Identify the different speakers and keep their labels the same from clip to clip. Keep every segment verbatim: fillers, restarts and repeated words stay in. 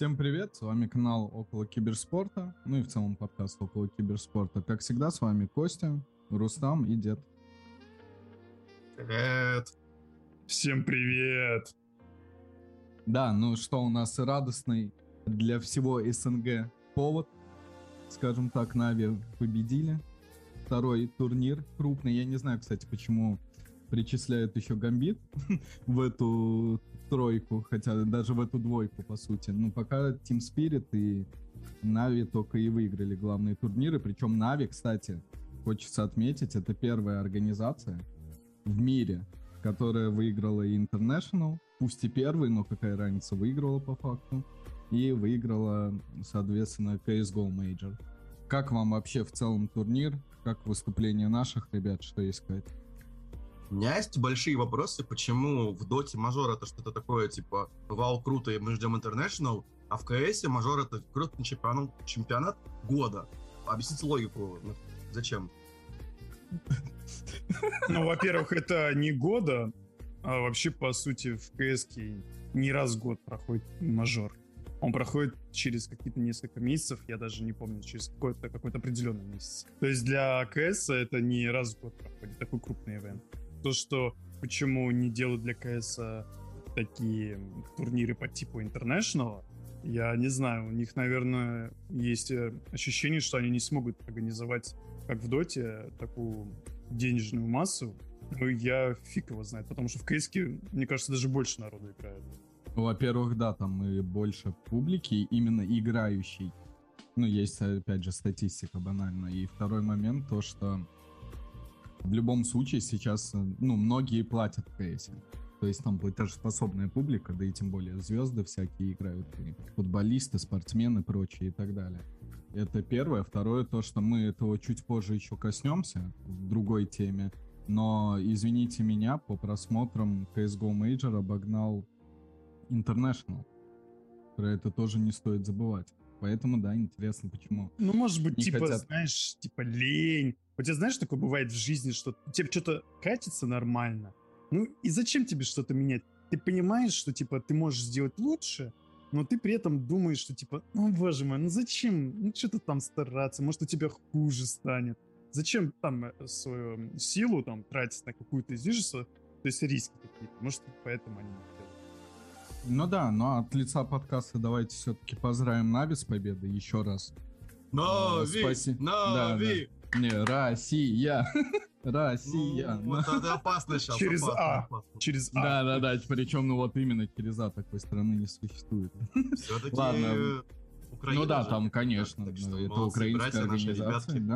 Speaker 1: Всем привет, с вами канал Около Киберспорта, ну и в целом подкаст Около Киберспорта. Как всегда, с вами Костя, Рустам и Дед.
Speaker 2: Привет.
Speaker 3: Всем привет.
Speaker 1: Да, ну что, у нас радостный для всего СНГ повод. Скажем так, Нави победили. Второй турнир крупный. Я не знаю, кстати, почему причисляют еще Гамбит в эту тройку, хотя даже в эту двойку, по сути. Ну, пока Team Spirit и Нави только и выиграли главные турниры. Причем Нави, кстати, хочется отметить, это первая организация в мире, которая выиграла и International, пусть и первый, но какая разница, выиграла по факту, и выиграла, соответственно, си эс го Major. Как вам вообще в целом турнир? Как выступление наших ребят? Что есть сказать?
Speaker 2: У меня есть большие вопросы, почему в доте мажор это что-то такое, типа, вау, круто, и мы ждем International, а в КСе мажор это крупный чемпионат, чемпионат года. Объясните логику. Зачем?
Speaker 3: Ну, во-первых, это не года, а вообще, по сути, в КСке не раз в год проходит мажор. Он проходит через какие-то несколько месяцев, я даже не помню, через какой-то, какой-то определенный месяц. То есть для КС это не раз в год проходит, такой крупный ивент. То, что почему не делают для КС такие турниры по типу International, я не знаю. У них, наверное, есть ощущение, что они не смогут организовать, как в Доте, такую денежную массу. Ну, я фиг его знает, потому что в КСке, мне кажется, даже больше народу играет.
Speaker 1: Во-первых, да, там и больше публики, именно играющей. Ну, есть, опять же, статистика банально. И второй момент, то, что в любом случае сейчас, ну, многие платят в КС. То есть там платежеспособная публика, да и тем более звезды всякие играют, и футболисты, спортсмены, прочие и так далее. Это первое. Второе, то, что мы этого чуть позже еще коснемся в другой теме. Но, извините меня, по просмотрам си эс го Major обогнал International. Про это тоже не стоит забывать. Поэтому, да, интересно, почему.
Speaker 3: Ну, может быть,
Speaker 1: не
Speaker 3: типа,
Speaker 1: хотят...
Speaker 3: знаешь, типа лень. У тебя, знаешь, такое бывает в жизни, что тебе что-то катится нормально. Ну, и зачем тебе что-то менять? Ты понимаешь, что, типа, ты можешь сделать лучше, но ты при этом думаешь, что, типа, ну, боже мой, ну зачем? Ну, что-то там стараться, может, у тебя хуже станет. Зачем там свою силу там тратить на какую-то излишество, то есть риски какие-то. Может, поэтому они не делают.
Speaker 1: Ну да, но от лица подкаста давайте все-таки поздравим Нави с победой еще раз.
Speaker 2: Нави!
Speaker 1: Спаси...
Speaker 2: Нави!
Speaker 1: Да, да. Не, Россия! Россия!
Speaker 2: Ну, вот это опасно сейчас.
Speaker 3: Через
Speaker 2: опасно,
Speaker 3: А.
Speaker 2: опасно.
Speaker 3: Через А.
Speaker 1: Да, да, да. Причем, ну вот именно через А такой страны не существует.
Speaker 2: Все-таки
Speaker 1: Ладно.
Speaker 2: Украина.
Speaker 1: Ну да,
Speaker 2: же.
Speaker 1: там, конечно,
Speaker 2: Так что
Speaker 1: это
Speaker 2: молодцы,
Speaker 1: украинская
Speaker 2: братья, наши
Speaker 1: организация,
Speaker 2: ребятки.
Speaker 1: да.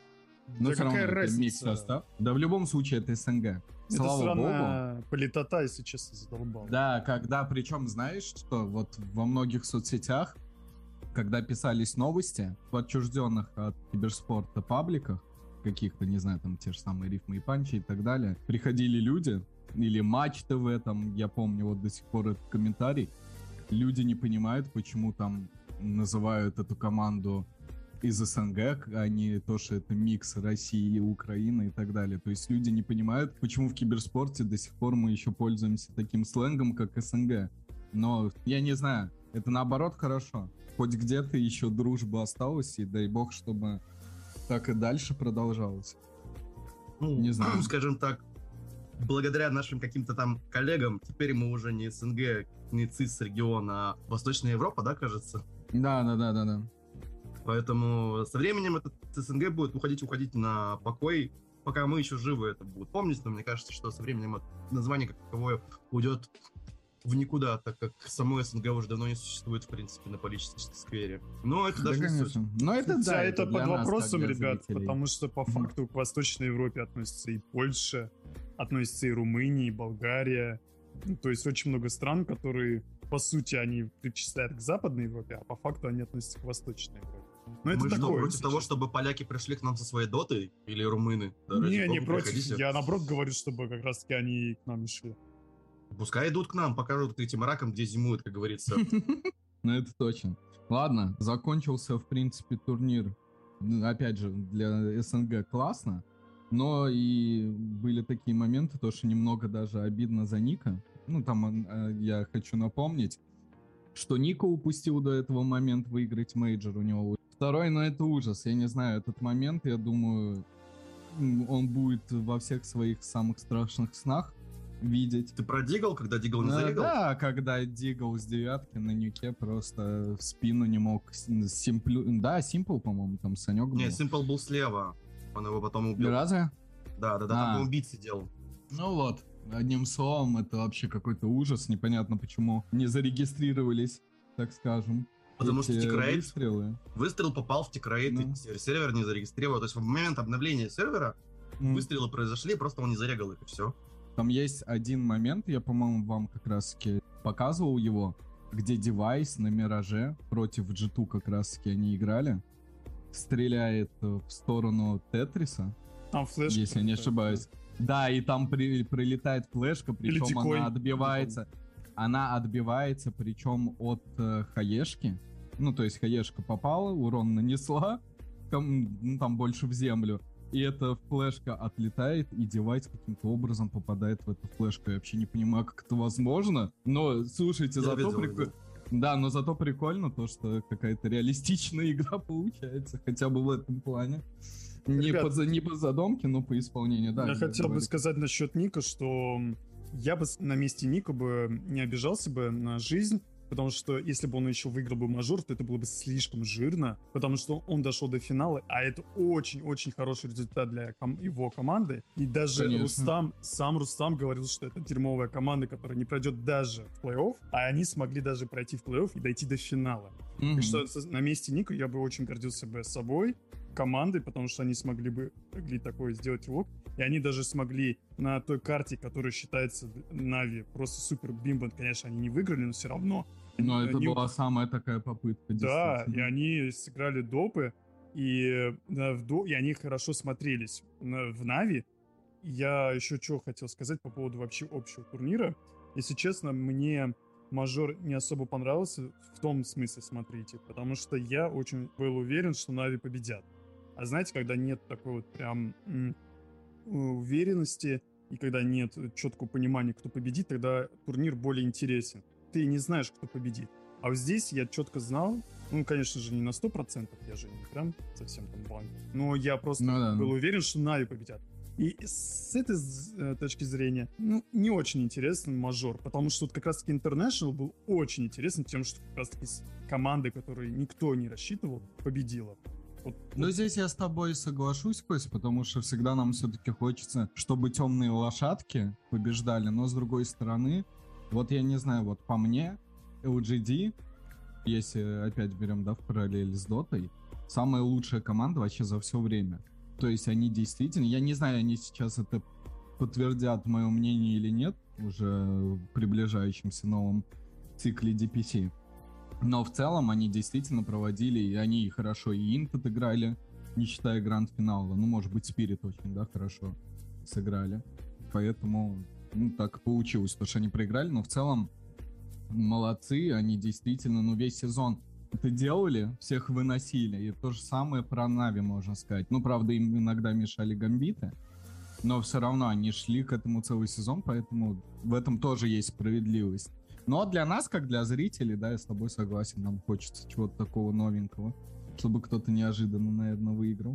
Speaker 1: Но
Speaker 3: Да
Speaker 1: все равно
Speaker 3: какая
Speaker 1: это
Speaker 3: разница?
Speaker 1: микс состав. Да в любом случае это СНГ.
Speaker 3: Это
Speaker 1: Слава богу.
Speaker 3: сраная политота, если честно, задолбала.
Speaker 1: Да, когда, причем, знаешь, что вот во многих соцсетях, когда писались новости в отчужденных от киберспорта пабликах, каких-то, не знаю, там те же самые рифмы и панчи и так далее, приходили люди, или Матч ТВ, там, я помню вот до сих пор этот комментарий, люди не понимают, почему там называют эту команду из СНГ, а не то, что это микс России, Украины и так далее. То есть люди не понимают, почему в киберспорте до сих пор мы еще пользуемся таким сленгом, как СНГ. Но я не знаю, это наоборот хорошо. Хоть где-то еще дружба осталась, и дай бог, чтобы так и дальше продолжалось.
Speaker 2: Ну,
Speaker 1: Не знаю.
Speaker 2: скажем так, благодаря нашим каким-то там коллегам, теперь мы уже не СНГ, не ЦИС региона, а Восточная Европа, да, кажется?
Speaker 1: Да, да, да, да, да.
Speaker 2: Поэтому со временем этот СНГ будет уходить-уходить на покой, пока мы еще живы это будет помнить, но мне кажется, что со временем это название как таковое уйдет в никуда, так как само СНГ уже давно не существует, в принципе, на политической сфере. Но это
Speaker 1: Да,
Speaker 2: даже не суть.
Speaker 1: конечно. Но это,
Speaker 3: Хотя
Speaker 1: да,
Speaker 3: это,
Speaker 1: для
Speaker 3: под
Speaker 1: нас,
Speaker 3: вопросом,
Speaker 1: как для
Speaker 3: ребят,
Speaker 1: зрителей.
Speaker 3: потому что по факту к Восточной Европе относится и Польша, относится и Румыния, и Болгария. Ну, то есть очень много стран, которые, по сути, они причисляют к Западной Европе, а по факту они относятся к Восточной Европе. Но это
Speaker 2: Мы что,
Speaker 3: такое,
Speaker 2: против
Speaker 3: если
Speaker 2: того,
Speaker 3: честно.
Speaker 2: чтобы поляки пришли к нам со своей дотой? Или румыны? Да, ради
Speaker 3: Не, не
Speaker 2: бога,
Speaker 3: против.
Speaker 2: приходите.
Speaker 3: Я наоборот говорю, чтобы как раз-таки они к нам и шли.
Speaker 2: Пускай идут к нам, покажут этим ракам, где зимуют, как говорится.
Speaker 1: Ну, это точно. Ладно, закончился, в принципе, турнир. Ну, опять же, для СНГ классно. Но и были такие моменты, то, что немного даже обидно за Ника. Ну, там э, я хочу напомнить, что Ника упустил до этого момента выиграть мейджор у него. Второй, ну это ужас, я не знаю, этот момент, я думаю, он будет во всех своих самых страшных снах видеть.
Speaker 2: Ты про Дигл, когда Дигл не
Speaker 1: А,
Speaker 2: зарегал?
Speaker 1: Да, когда Дигл с девятки на нюке просто в спину не мог. Симплю... Да, Симпл, по-моему, там Санек был.
Speaker 2: Не, Симпл был слева. Он его потом убил.
Speaker 1: Разве?
Speaker 2: Да, да, да,
Speaker 1: А.
Speaker 2: там убить сидел.
Speaker 1: Ну вот, одним словом, это вообще какой-то ужас. Непонятно, почему не зарегистрировались, так скажем.
Speaker 2: Потому что
Speaker 1: эти
Speaker 2: тикрейт,
Speaker 1: выстрелы.
Speaker 2: выстрел попал в тикрейт,
Speaker 1: Да.
Speaker 2: и сервер не зарегистрировал. То есть в момент обновления сервера
Speaker 1: М.
Speaker 2: выстрелы произошли, просто он не зарегал их, и все.
Speaker 1: Там есть один момент, я, по-моему, вам как раз-таки показывал его, где девайс на Мираже против джи ту как раз-таки они играли, стреляет э, в сторону Тетриса,
Speaker 3: Там флешка.
Speaker 1: если я не
Speaker 3: прилетает,
Speaker 1: ошибаюсь. Да, и там при- прилетает флешка, причем
Speaker 3: дикой.
Speaker 1: она отбивается. Она отбивается, причем от э, хаешки. Ну, то есть хаешка попала, урон нанесла, там, ну, там больше в землю. И эта флешка отлетает, и девайс каким-то образом попадает в эту флешку. Я вообще не понимаю, как это возможно. Но, слушайте,
Speaker 2: Я
Speaker 1: зато
Speaker 2: видел,
Speaker 1: прикольно.
Speaker 2: видел.
Speaker 1: Да, но зато прикольно то, что какая-то реалистичная игра получается, хотя бы в этом плане. Не,
Speaker 3: Ребят,
Speaker 1: по, не по задумке, но по исполнению, да.
Speaker 3: Я
Speaker 1: Игорь,
Speaker 3: хотел бы
Speaker 1: говори.
Speaker 3: сказать насчет Ника, что я бы с- на месте Ника бы не обижался бы на жизнь, потому что если бы он еще выиграл бы мажор, то это было бы слишком жирно, потому что он дошел до финала, а это очень-очень хороший результат для ком- его команды. И даже
Speaker 1: Конечно.
Speaker 3: Рустам, сам Рустам говорил, что это дерьмовая команда, которая не пройдет даже в плей-офф, а они смогли даже пройти в плей-офф и дойти до финала.
Speaker 1: Мгм.
Speaker 3: И что с- на месте Ника я бы очень гордился бы собой, командой, потому что они смогли бы могли такое сделать рывок. И они даже смогли на той карте, которая считается Нави просто супер бимбан, конечно, они не выиграли, но все равно.
Speaker 1: Но
Speaker 3: они-
Speaker 1: это
Speaker 3: они-
Speaker 1: была самая такая попытка,
Speaker 3: Да, и
Speaker 1: действительно.
Speaker 3: они сыграли допы, и, э, в до- и они хорошо смотрелись на- в Нави. Я еще что хотел сказать по поводу вообще общего турнира. Если честно, мне мажор не особо понравился в том смысле, смотрите, потому что я очень был уверен, что Нави победят. А знаете, когда нет такой вот прям м, уверенности, и когда нет четкого понимания, кто победит, тогда турнир более интересен. Ты не знаешь, кто победит. А вот здесь я четко знал, ну, конечно же, не на сто процентов, я же не прям совсем там банк, но я просто
Speaker 1: Ну да,
Speaker 3: был
Speaker 1: ну.
Speaker 3: уверен, что Нави победят. И с этой э, точки зрения, ну, не очень интересен мажор, потому что вот как раз-таки International был очень интересен тем, что как раз-таки с командой, которой никто не рассчитывал, победила. Вот,
Speaker 1: Ну,
Speaker 3: вот
Speaker 1: здесь я с тобой соглашусь, Кость, потому что всегда нам все-таки хочется, чтобы темные лошадки побеждали, но с другой стороны, вот я не знаю, вот по мне, эл джи ди, если опять берем, да, в параллель с Дотой, самая лучшая команда вообще за все время. То есть они действительно, я не знаю, они сейчас это подтвердят мое мнение или нет, уже в приближающемся новом цикле ди пи си. Но в целом они действительно проводили, и они хорошо и Инт отыграли, не считая гранд-финала. Ну, может быть, Спирит очень, да, хорошо сыграли. Поэтому, ну, так получилось, потому что они проиграли, но в целом молодцы, они действительно, ну, весь сезон это делали, всех выносили. И то же самое про Нави, можно сказать. Ну, правда, им иногда мешали гамбиты, но все равно они шли к этому целый сезон, поэтому в этом тоже есть справедливость. Но для нас, как для зрителей, да, я с тобой согласен, нам хочется чего-то такого новенького, чтобы кто-то неожиданно, наверное, выиграл.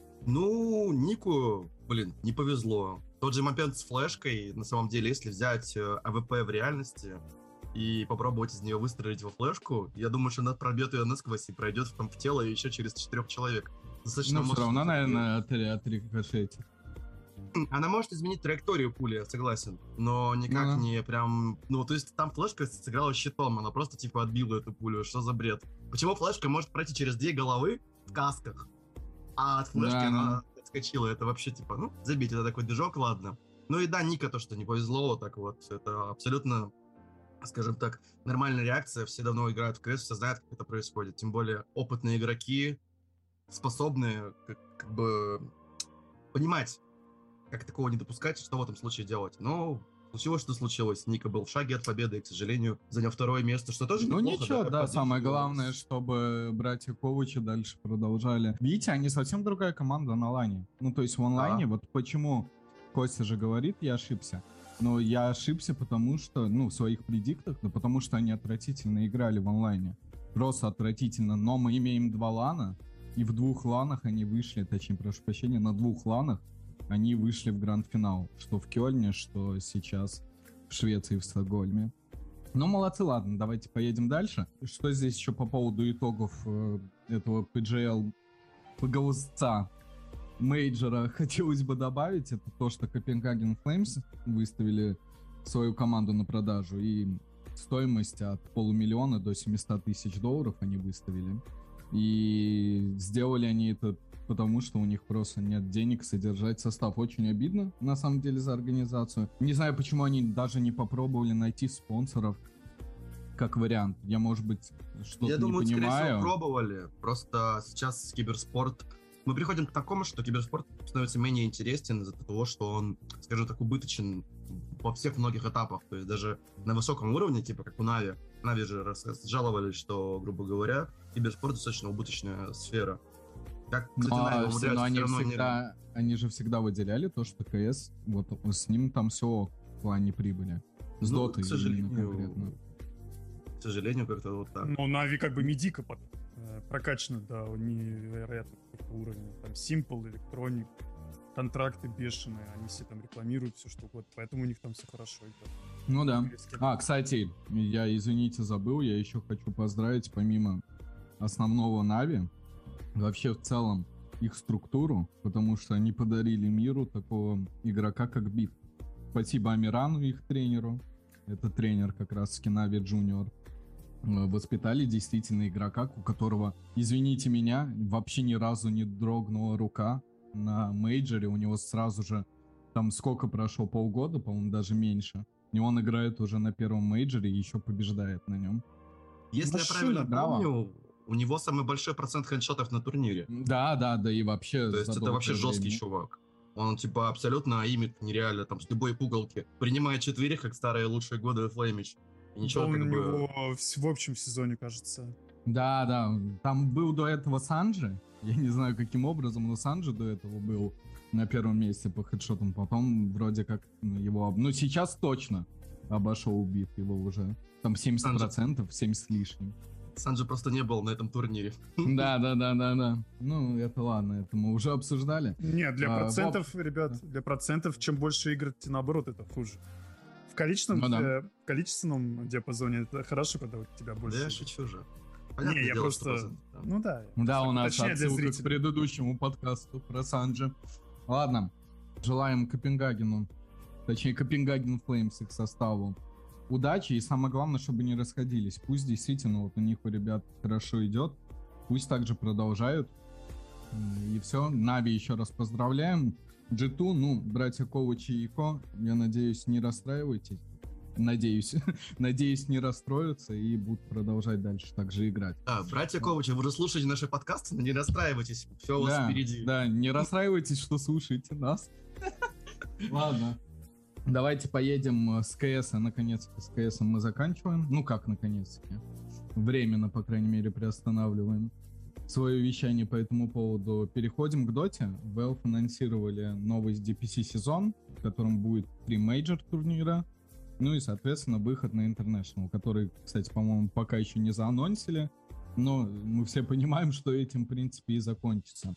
Speaker 2: Ну, Нику, блин, не повезло. Тот же момент с флешкой, на самом деле, если взять э, эй ви пи в реальности и попробовать из нее выстрелить во флешку, я думаю, что она пробьет ее насквозь и пройдет в, там, в тело еще через четырех человек. Достаточно
Speaker 1: Ну, все
Speaker 2: может
Speaker 1: равно,
Speaker 2: быть,
Speaker 1: наверное, от, от рикошетить.
Speaker 2: Она может изменить траекторию пули, я согласен, но никак
Speaker 1: Ну да.
Speaker 2: не прям... Ну, то есть там флешка сыграла щитом, она просто, типа, отбила эту пулю. Что за бред? Почему флешка может пройти через две головы в касках, а от флешки
Speaker 1: Да,
Speaker 2: она отскочила? Это вообще, типа, ну, забить, это такой движок, ладно. Ну и да, Ника, то, что не повезло, так вот, это абсолютно, скажем так, нормальная реакция. Все давно играют в КС, все знают, как это происходит. Тем более опытные игроки, способные, как, как бы, понимать, как такого не допускать, что в этом случае делать. Но случилось, что случилось. Ника был в шаге от победы и, к сожалению, занял второе место, что тоже
Speaker 1: Ну
Speaker 2: неплохо,
Speaker 1: ничего, да,
Speaker 2: я
Speaker 1: самое
Speaker 2: поддерживаю.
Speaker 1: главное, чтобы братья Ковачи дальше продолжали. Видите, они совсем другая команда на лане. Ну то есть в онлайне,
Speaker 2: Да.
Speaker 1: вот почему Костя же говорит, я ошибся. Но я ошибся, потому что, ну, в своих предиктах, да потому что они отвратительно играли в онлайне. Просто отвратительно. Но мы имеем два лана, и в двух ланах они вышли, точнее, прошу прощения, на двух ланах они вышли в гранд-финал. Что в Кёльне, что сейчас в Швеции, в Стокгольме. Ну, молодцы, ладно, давайте поедем дальше. Что здесь еще по поводу итогов э, этого пи джи эл ПГУСца мейджора хотелось бы добавить, это то, что Копенгаген Флеймс выставили свою команду на продажу, и стоимость от полумиллиона до семьсот тысяч долларов они выставили. И сделали они это потому, что у них просто нет денег содержать состав. Очень обидно, на самом деле, за организацию. Не знаю, почему они даже не попробовали найти спонсоров как вариант. Я, может быть, что-то
Speaker 2: Я
Speaker 1: не
Speaker 2: думаю, скорее
Speaker 1: понимаю.
Speaker 2: всего, пробовали. Просто сейчас киберспорт... Мы приходим к такому, что киберспорт становится менее интересен из-за того, что он, скажем так, убыточен во всех многих этапах. То есть даже на высоком уровне, типа как у Нави. Нави же жаловались, что, грубо говоря, киберспорт достаточно убыточная сфера. Как, кстати,
Speaker 1: Но,
Speaker 2: Нави
Speaker 1: а,
Speaker 2: умудряются
Speaker 1: но они,
Speaker 2: всё равно не-
Speaker 1: всегда, они же всегда выделяли то, что КС, вот с ним там все в плане прибыли. С
Speaker 2: Ну,
Speaker 1: Дотой
Speaker 2: к сожалению,
Speaker 1: именно конкретно.
Speaker 2: к сожалению, как-то вот так.
Speaker 3: Ну, Нави как бы медика под, э, прокачана до невероятного уровня. Там Simple, Electronic, контракты бешеные, они все там рекламируют все что угодно, поэтому у них там все хорошо идет.
Speaker 1: Ну да.
Speaker 3: Английский.
Speaker 1: А, кстати, я, извините, забыл, я еще хочу поздравить, помимо основного Нави, вообще в целом их структуру, потому что они подарили миру такого игрока, как Бит. Спасибо Амирану, их тренеру. Это тренер как раз-таки Нави Junior. Воспитали действительно игрока, у которого, извините меня, вообще ни разу не дрогнула рука на мейджоре. У него сразу же, там сколько прошло, полгода, по-моему, даже меньше. И он играет уже на первом мейджоре и еще побеждает на нем.
Speaker 2: Если
Speaker 3: Машина,
Speaker 2: я правильно
Speaker 1: браво.
Speaker 2: помню, у него самый большой процент хедшотов на турнире.
Speaker 1: Да, да, да, и вообще...
Speaker 2: То есть
Speaker 1: за
Speaker 2: это вообще
Speaker 1: долгое
Speaker 2: жесткий
Speaker 1: время.
Speaker 2: чувак. Он типа абсолютно аимит нереально, там, с любой пугалки. Принимает четверых, как старые лучшие годы Флеймич. И ничего,
Speaker 3: Да,
Speaker 2: как
Speaker 3: у
Speaker 2: бы...
Speaker 3: него в, в общем сезоне, кажется.
Speaker 1: Да, да, там был до этого Санджи. Я не знаю, каким образом, но Санджи до этого был на первом месте по хедшотам. Потом вроде как его... Ну, сейчас точно обошел Бит его уже. Там семьдесят процентов, семьдесят с лишним.
Speaker 2: Санджи просто не был на этом турнире.
Speaker 1: Да, да, да, да, да. Ну, это ладно, это мы уже обсуждали.
Speaker 3: Нет, для
Speaker 1: А,
Speaker 3: процентов, ребят, для процентов, чем больше игр, тем наоборот, это хуже. В количественном,
Speaker 1: Ну да.
Speaker 3: э, в количественном диапазоне это хорошо, когда у тебя больше.
Speaker 2: Да я
Speaker 3: игр.
Speaker 2: шучу же.
Speaker 3: Не,
Speaker 2: Понятное
Speaker 3: я
Speaker 2: дело,
Speaker 3: просто...
Speaker 2: сто процентов, да.
Speaker 3: Ну да.
Speaker 1: Да,
Speaker 3: просто
Speaker 1: у нас
Speaker 3: уточняю для
Speaker 1: отсылка к
Speaker 3: зрителей.
Speaker 1: предыдущему подкасту про Санджи. Ладно, желаем Копенгагену, точнее Копенгаген Флеймс их составу удачи, и самое главное, чтобы не расходились. Пусть действительно вот у них у ребят хорошо идет, пусть также продолжают. И все, Нави еще раз поздравляем. джи ту, ну, братья Ковачи и Ко, я надеюсь, не расстраивайтесь. Надеюсь, надеюсь, не расстроятся и будут продолжать дальше так же играть.
Speaker 2: Да, братья Ковачи, вы же слушаете наши подкасты, но не расстраивайтесь, все у вас
Speaker 1: Да,
Speaker 2: впереди.
Speaker 1: да, не расстраивайтесь, что слушаете нас. Ладно. Давайте поедем с КС. Наконец-то с КС мы заканчиваем. Ну как наконец-таки? Временно, по крайней мере, приостанавливаем свое вещание по этому поводу. Переходим к Доте. Valve анонсировали новый ди пи си сезон, в котором будет три мейджор турнира. Ну и, соответственно, выход на International, который, кстати, по-моему, пока еще не заанонсили. Но мы все понимаем, что этим, в принципе, и закончится.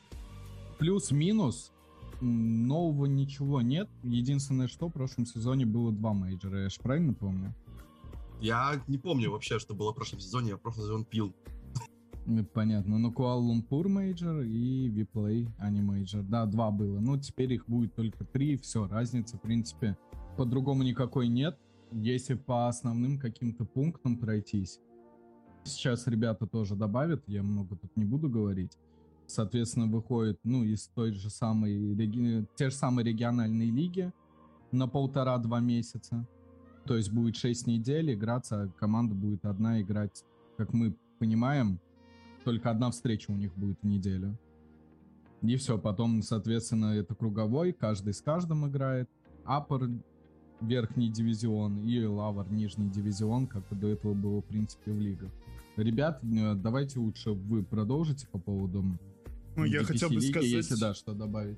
Speaker 1: Плюс-минус нового ничего нет. Единственное, что в прошлом сезоне было два мейджора. Я же правильно помню?
Speaker 2: Я не помню вообще, что было в прошлом сезоне, я в прошлом сезоне пил.
Speaker 1: Понятно. Ну, Куала-Лумпур мейджор и Виплей, а не мейджор. Да, два было. Ну, теперь их будет только три. Все, разницы, в принципе, по-другому никакой нет. Если по основным каким-то пунктам пройтись. Сейчас ребята тоже добавят, я много тут не буду говорить. Соответственно, выходит, ну, из той же самой, реги... те же самые региональные лиги на полтора-два месяца. То есть будет шесть недель играться, а команда будет одна играть, как мы понимаем, только одна встреча у них будет в неделю. И все, потом, соответственно, это круговой, каждый с каждым играет. Аппер верхний дивизион и лавр нижний дивизион, как и до этого было, в принципе, в лигах. Ребят, давайте лучше вы продолжите по поводу
Speaker 3: Ну, я
Speaker 1: ди пи си
Speaker 3: хотел бы
Speaker 1: лиги,
Speaker 3: сказать...
Speaker 1: если да, что добавить.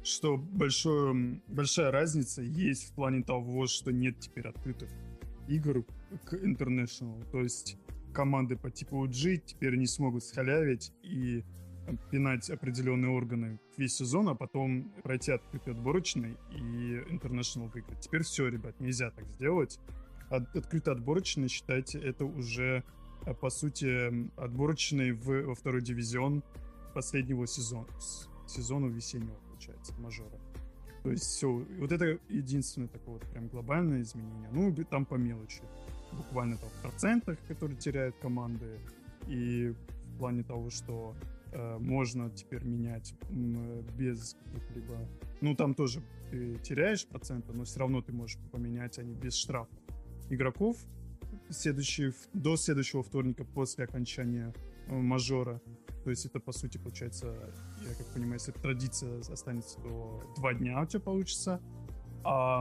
Speaker 3: что большое, большая разница есть в плане того, что нет теперь открытых игр к International. То есть команды по типу о джи теперь не смогут схалявить и пинать определенные органы весь сезон, а потом пройти открытый отборочный и International выиграть. Теперь все, ребят, нельзя так сделать. От, открытый отборочный, считайте, это уже, по сути, отборочный в, во второй дивизион последнего сезона, сезона весеннего, получается, мажора. То есть все, вот это единственное такое вот прям глобальное изменение. Ну, там по мелочи. Буквально там в процентах, которые теряют команды, и в плане того, что э, можно теперь менять м, без каких-либо... Ну, там тоже ты теряешь проценты, но все равно ты можешь поменять они без штрафа. Игроков следующий, до следующего вторника после окончания э, мажора. То есть это, по сути, получается, я как понимаю, если традиция останется до два дня у тебя получится, а,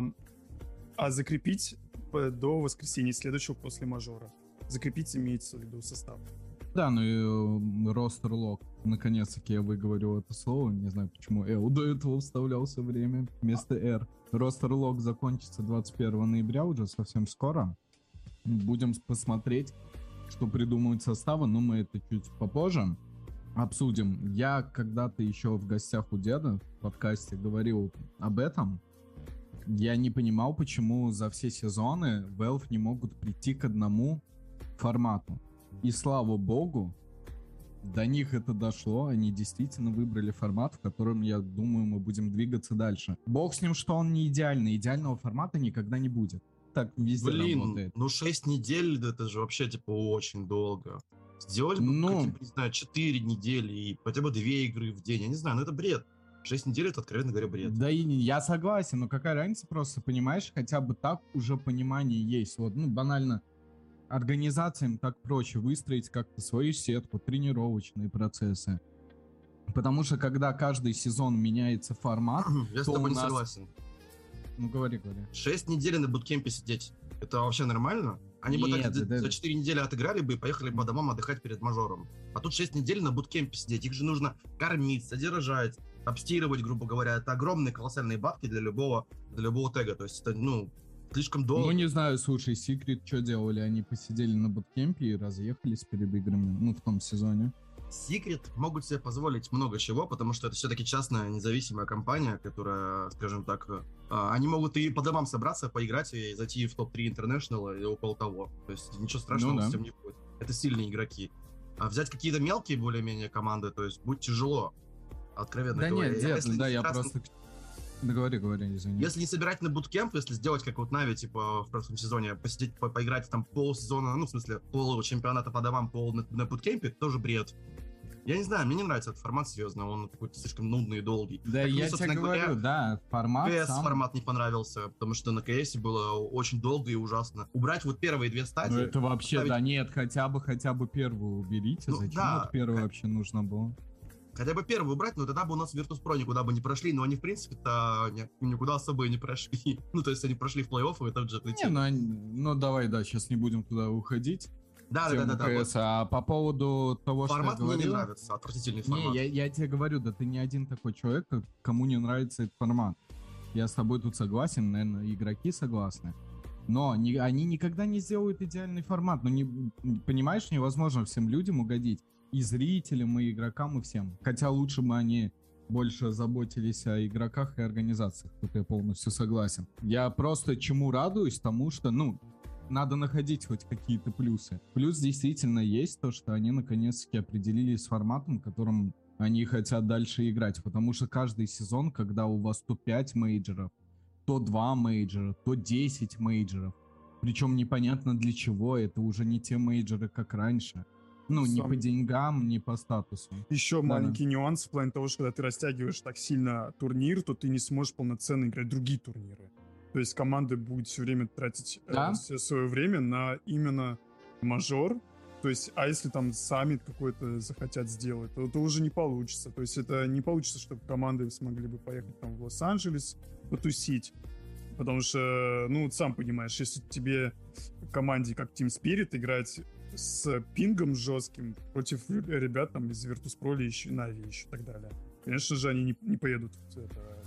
Speaker 3: а закрепить до воскресенья следующего после мажора. Закрепить имеется в виду состав.
Speaker 1: Да, ну и ростер-лог. Наконец-таки я выговорил это слово. Не знаю, почему L до этого вставлял все время вместо R. Ростер-лог закончится двадцать первого ноября, уже совсем скоро. Будем посмотреть, что придумают составы, но мы это чуть попозже обсудим. Я когда-то еще в гостях у деда в подкасте говорил об этом. Я не понимал, почему за все сезоны Valve не могут прийти к одному формату. И слава богу, до них это дошло. Они действительно выбрали формат, в котором, я думаю, мы будем двигаться дальше. Бог с ним, что он не идеальный. Идеального формата никогда не будет. Так везде
Speaker 2: Блин,
Speaker 1: работает.
Speaker 2: ну шесть недель, это же вообще, типа, очень долго. Сделать бы,
Speaker 1: Ну,
Speaker 2: каким, не знаю, четыре недели и хотя бы две игры в день. Я не знаю, ну это бред. шесть недель — это, откровенно говоря, бред.
Speaker 1: да и я согласен, но какая разница, просто, понимаешь, хотя бы так уже понимание есть. Вот, ну, банально, организациям так проще выстроить как-то свою сетку, тренировочные процессы. Потому что, когда каждый сезон меняется формат,
Speaker 2: Я с
Speaker 1: то
Speaker 2: тобой
Speaker 1: у
Speaker 2: не
Speaker 1: нас...
Speaker 2: согласен.
Speaker 1: Ну, говори, говори.
Speaker 2: шесть недель на буткемпе сидеть. Это вообще нормально? Они бы
Speaker 1: Нет,
Speaker 2: так за-
Speaker 1: это-
Speaker 2: за четыре недели отыграли бы и поехали по домам отдыхать перед мажором. А тут шесть недель на буткемпе сидеть. Их же нужно кормить, содержать, обстирывать, грубо говоря. Это огромные колоссальные бабки для любого, для любого тега. То есть это, ну, слишком долго.
Speaker 1: Ну, не знаю, слушай, Secret что делали? Они посидели на буткемпе и разъехались перед играми, ну, в том сезоне.
Speaker 2: Secret могут себе позволить много чего, потому что это все-таки частная независимая компания, которая, скажем так, э, они могут и по домам собраться, поиграть и зайти в топ три International и около того. То есть ничего страшного
Speaker 1: Ну да.
Speaker 2: с этим не будет. Это сильные игроки. А взять какие-то мелкие более-менее команды, то есть будет тяжело, откровенно
Speaker 1: Да
Speaker 2: говоря.
Speaker 1: нет, дед,
Speaker 2: Если
Speaker 1: да, я
Speaker 2: раз-
Speaker 1: просто... Да говори, говори, извини.
Speaker 2: Если не собирать на буткемп, если сделать как вот Нави, типа, в прошлом сезоне, посидеть, по- поиграть там полсезона, ну, в смысле, пол чемпионата по домам, пол на, на буткемпе, тоже бред. Я не знаю, мне не нравится этот формат, серьезно, он какой-то слишком нудный и долгий.
Speaker 1: Да,
Speaker 2: Как мне,
Speaker 1: я тебе
Speaker 2: собственно
Speaker 1: говорю,
Speaker 2: говоря,
Speaker 1: да, формат
Speaker 2: КС
Speaker 1: сам...
Speaker 2: формат не понравился, потому что на КСе было очень долго и ужасно. Убрать вот первые две стадии...
Speaker 1: Ну это вообще,
Speaker 2: поставить-
Speaker 1: да нет, хотя бы, хотя бы первую уберите,
Speaker 2: Ну,
Speaker 1: зачем
Speaker 2: да.
Speaker 1: вот первую вообще нужно было?
Speaker 2: Хотя бы первую убрать, но тогда бы у нас Virtus.pro никуда бы не прошли, но они, в принципе-то, ни- никуда особо и не прошли. Ну, то есть они прошли в плей-офф и так же
Speaker 1: Не,
Speaker 2: отлетели.
Speaker 1: ну, они- ну давай, да, сейчас не будем туда уходить.
Speaker 2: Да,
Speaker 1: в
Speaker 2: да,
Speaker 1: тему
Speaker 2: да, да, да.
Speaker 1: КС. А по поводу того,
Speaker 2: Формат
Speaker 1: что я
Speaker 2: мне не
Speaker 1: говорил...
Speaker 2: нравится, отвратительный
Speaker 1: Не,
Speaker 2: формат.
Speaker 1: я, я тебе говорю, да ты не один такой человек, к- кому не нравится этот формат. Я с тобой тут согласен, наверное, игроки согласны. Но не- они никогда не сделают идеальный формат. Ну, не, понимаешь, невозможно всем людям угодить. И зрителям, и игрокам, и всем. Хотя лучше бы они больше заботились о игроках и организациях. Тут я полностью согласен. Я просто чему радуюсь, тому что, ну, надо находить хоть какие-то плюсы. Плюс действительно есть то, что они наконец-таки определились с форматом, которым они хотят дальше играть. Потому что каждый сезон, когда у вас то пять мейджеров, то два мейджора, то десять мейджеров, причем непонятно для чего, это уже не те мейджоры, как раньше. Ну, не
Speaker 3: Сам-
Speaker 1: по деньгам, не по статусу.
Speaker 3: Еще
Speaker 1: Да,
Speaker 3: маленький нюанс в плане того, что когда ты растягиваешь так сильно турнир, то ты не сможешь полноценно играть другие турниры. То есть команда будет все время тратить э,
Speaker 1: Да.
Speaker 3: все свое время на именно мажор. То есть, а если там саммит какой-то захотят сделать, то, то уже не получится. То есть это не получится, чтобы команды смогли бы поехать там в Лос-Анджелес потусить. Потому что, ну, вот сам понимаешь, если тебе в команде как Team Spirit играть с пингом жестким против ребят там из Virtus.pro или еще Na'Vi еще и так далее. Конечно же, они не, не поедут в это, на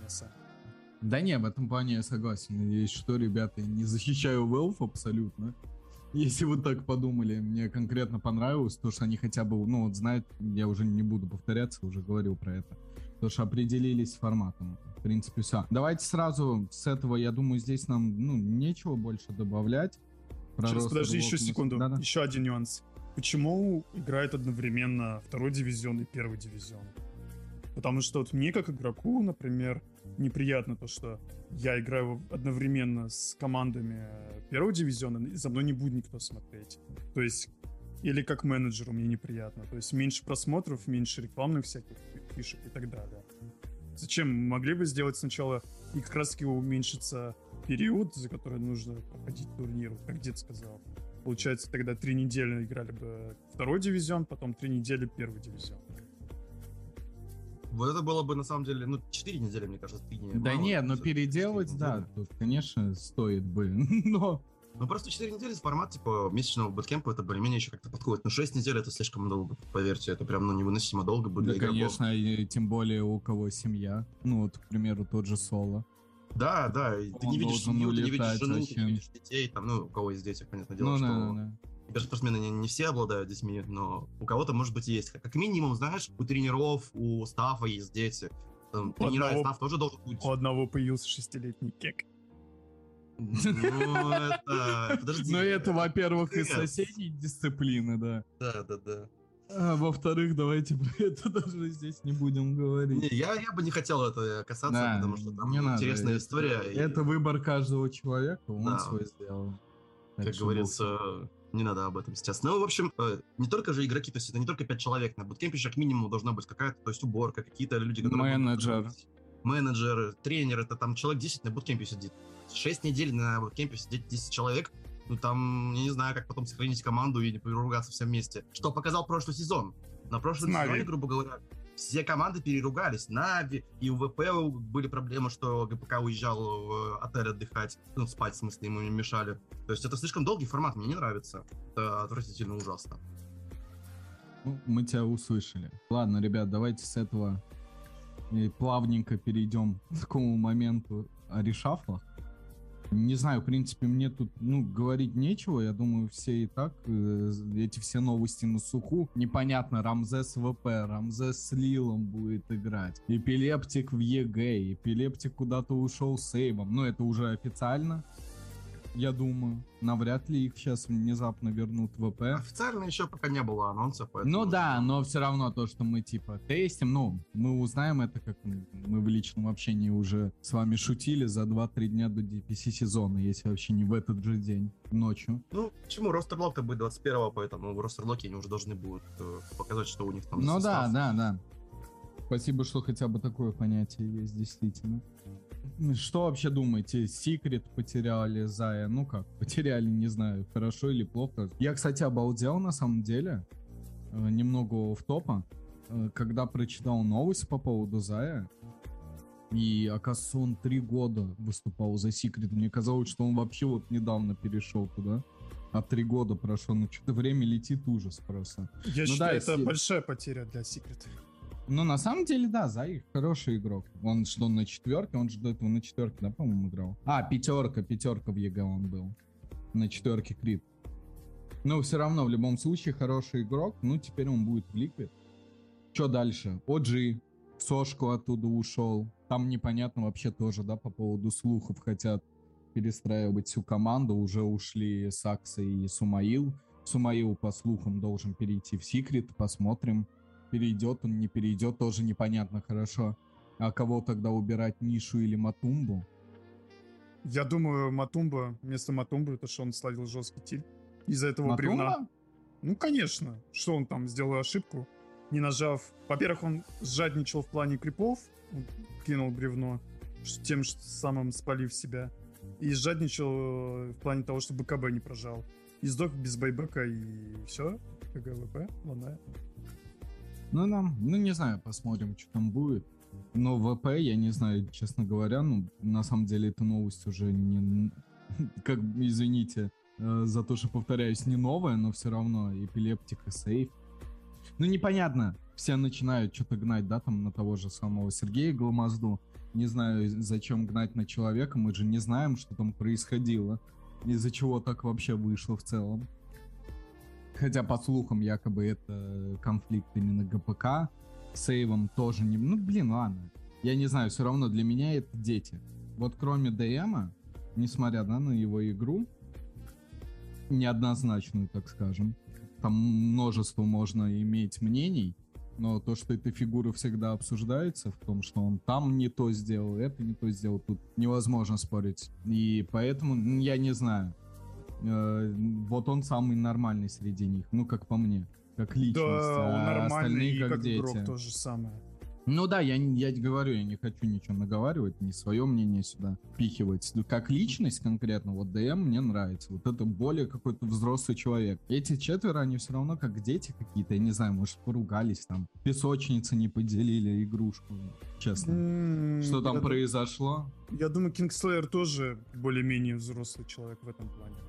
Speaker 3: на самом деле.
Speaker 1: Да не, в этом плане я согласен. Есть что, ребята, не защищаю Valve абсолютно. Если вы так подумали, мне конкретно понравилось то, что они хотя бы, ну вот знают, я уже не буду повторяться, уже говорил про это, то, что определились с форматом. В принципе, все. Давайте сразу с этого, я думаю, здесь нам, ну, нечего больше добавлять. Про
Speaker 3: Сейчас, подожди, еще
Speaker 1: ростер мы-
Speaker 3: секунду.
Speaker 1: Да-да.
Speaker 3: Еще один нюанс. Почему играет одновременно второй дивизион и первый дивизион? Потому что вот мне, как игроку, например, неприятно то, что я играю одновременно с командами первого дивизиона, и за мной не будет никто смотреть. То есть, или как менеджеру мне неприятно. То есть меньше просмотров, меньше рекламных всяких фишек и так далее. Зачем? Могли бы сделать сначала и как раз таки уменьшится период, за который нужно проходить турнир, как дед сказал. Получается, тогда три недели играли бы второй дивизион, потом три недели первый дивизион.
Speaker 2: Вот это было бы, на самом деле, ну, четыре недели, мне кажется, три недели.
Speaker 1: Да
Speaker 2: мало,
Speaker 1: не, но
Speaker 2: всё-таки
Speaker 1: переделать,
Speaker 2: четыре
Speaker 1: да,
Speaker 2: недели.
Speaker 1: тут, конечно, стоит бы, но...
Speaker 2: Ну, просто четыре недели формат, типа, месячного буткемпа, это более-менее еще как-то подходит. Но шесть недель это слишком долго, поверьте, это прям, ну, невыносимо долго будет
Speaker 1: Да,
Speaker 2: для игроков.
Speaker 1: конечно, и тем более у кого семья. Ну, вот, к примеру, тот же Соло.
Speaker 2: Да, да, и ты
Speaker 1: Он
Speaker 2: не видишь
Speaker 1: должен
Speaker 2: семью, ты не видишь
Speaker 1: улетать
Speaker 2: жену, ты
Speaker 1: зачем?
Speaker 2: не видишь детей, там, ну, у кого есть дети, понятное дело,
Speaker 1: Ну,
Speaker 2: что...
Speaker 1: да, да, да.
Speaker 2: Киберспортсмены не, не все обладают детьми, но у кого-то, может быть, есть. Как минимум, знаешь, у тренеров, у стафа есть дети. Там,
Speaker 3: У
Speaker 2: тренера и
Speaker 3: одного-
Speaker 2: стаф тоже должен быть.
Speaker 3: У одного появился шестилетний кек.
Speaker 2: Ну, это... Подожди.
Speaker 1: Ну, это, во-первых, из
Speaker 2: Нет.
Speaker 1: соседней дисциплины, да.
Speaker 2: Да, да, да.
Speaker 1: А во-вторых, давайте про это даже здесь не будем
Speaker 2: Не,
Speaker 1: говорить.
Speaker 2: я, я бы не хотел это касаться,
Speaker 1: Да,
Speaker 2: потому что там
Speaker 1: не надо.
Speaker 2: интересная
Speaker 1: Это-
Speaker 2: история. и,
Speaker 1: Это выбор каждого человека, он
Speaker 2: Да.
Speaker 1: свой сделал. Так
Speaker 2: как
Speaker 1: что
Speaker 2: говорится, не надо об этом сейчас. Ну, в общем, э, не только же игроки, то есть это не только пять человек. На буткемпе еще как минимум должна быть какая-то, то есть уборка, какие-то люди, которые... будут
Speaker 1: Менеджер.
Speaker 2: готовить. Менеджер, тренер, это там человек десять на буткемпе сидит. шесть недель на буткемпе сидеть десять человек. Ну, там, я не знаю, как потом сохранить команду и не поругаться все вместе. Что показал прошлый сезон. На прошлом
Speaker 3: Нави.
Speaker 2: сезоне, грубо говоря, все команды переругались. Нави и у ВП были проблемы, что ГПК уезжал в отель отдыхать. Ну, спать, в смысле, ему не мешали. То есть это слишком долгий формат, мне не нравится. Это отвратительно ужасно.
Speaker 1: Ну, мы тебя услышали. Ладно, ребят, давайте с этого э, плавненько перейдем к такому моменту о решафлах. Не знаю, в принципе, мне тут, ну, говорить нечего. Я думаю, все и так, э, эти все новости на суху. Непонятно, Рамзес ВП, Рамзес с Лилом будет играть. Эпилептик в ЕГЭ, Эпилептик куда-то ушел с Эйвом. Ну, это уже официально, я думаю. Навряд ли их сейчас внезапно вернут в ВП.
Speaker 2: Официально еще пока не было анонса, поэтому...
Speaker 1: Ну да, но все равно то, что мы типа тестим, ну, мы узнаем это, как мы в личном общении уже с вами шутили, за два-три дня до ди пи си сезона, если вообще не в этот же день, ночью.
Speaker 2: Ну, почему? Ростерлок-то будет двадцать первого, поэтому в Ростерлоке они уже должны будут э, показать, что у них там
Speaker 1: Ну да,
Speaker 2: состав.
Speaker 1: да, да. Спасибо, что хотя бы такое понятие есть, действительно. Что вообще думаете? Секрет потеряли, Зая? Ну как, потеряли, не знаю, хорошо или плохо. Я, кстати, обалдел на самом деле, э, немного в топа, э, когда прочитал новость по поводу Зая. И, оказывается, он три года выступал за Секрет. Мне казалось, что он вообще вот недавно перешел туда. А три года прошло, ну что-то время летит, ужас просто.
Speaker 3: Я
Speaker 1: Ну
Speaker 3: считаю,
Speaker 1: да,
Speaker 3: это
Speaker 1: если-
Speaker 3: большая потеря для Secret.
Speaker 1: Ну, на самом деле, да, Зай хороший игрок. Он что, на четверке? Он же до этого на четверке, да, по-моему, играл? А, пятерка, пятерка в ЕГЭ он был. На четверке Крит. Но все равно, в любом случае, хороший игрок. Ну, теперь он будет в Liquid. Что дальше? о джи. Сошку оттуда ушел. Там непонятно вообще тоже, да, по поводу слухов хотят перестраивать всю команду. Уже ушли Сакса и Сумаил. Сумаил, по слухам, должен перейти в Секрет. Посмотрим. Перейдет он, не перейдет, тоже непонятно хорошо. А кого тогда убирать, Нишу или Матумбу?
Speaker 3: Я думаю, Матумба, вместо Матумбы, это что он словил жесткий тиль. Из-за этого бревна.
Speaker 1: Матумба?
Speaker 3: Ну, конечно. Что он там сделал ошибку? Не нажав... Во-первых, он сжадничал в плане крипов. Он кинул бревно, ш- тем ш- самым спалив себя. И сжадничал э, в плане того, что БКБ не прожал. И сдох без байбека, и все. КГВП, ладно.
Speaker 1: Ну, нам, ну, не знаю, посмотрим, что там будет. Но ВП, я не знаю, честно говоря, ну, на самом деле, эта новость уже не... Как, извините, э, за то, что повторяюсь, не новая, но все равно Эпилептик и Сейф. Ну, непонятно. Все начинают что-то гнать, да, там, на того же самого Сергея Гламазду. Не знаю, зачем гнать на человека, мы же не знаем, что там происходило, из-за чего так вообще вышло в целом. Хотя, по слухам, якобы это конфликт именно ГПК, с сейвом тоже не... Ну, блин, ладно. Я не знаю, все равно для меня это дети. Вот кроме ДМа, несмотря, да, на его игру, неоднозначную, так скажем, там множество можно иметь мнений, но то, что эта фигура всегда обсуждается, в том, что он там не то сделал, это не то сделал, тут невозможно спорить. И поэтому, я не знаю, э, вот он самый нормальный среди них, ну, как по мне, как личность,
Speaker 3: Да, он
Speaker 1: а
Speaker 3: нормальный, и
Speaker 1: остальные
Speaker 3: как
Speaker 1: дети.
Speaker 3: игрок то же самое.
Speaker 1: Ну да, я, я говорю, я не хочу ничего наговаривать, не свое мнение сюда впихивать. Как личность конкретно, вот ДМ мне нравится. Вот это более какой-то взрослый человек. Эти четверо, они все равно как дети какие-то, я не знаю, может, поругались там. Песочницы не поделили игрушку, честно.
Speaker 3: М,
Speaker 1: Что там
Speaker 3: я ду-
Speaker 1: произошло?
Speaker 3: Я думаю, Кингслеер тоже более-менее взрослый человек в этом плане.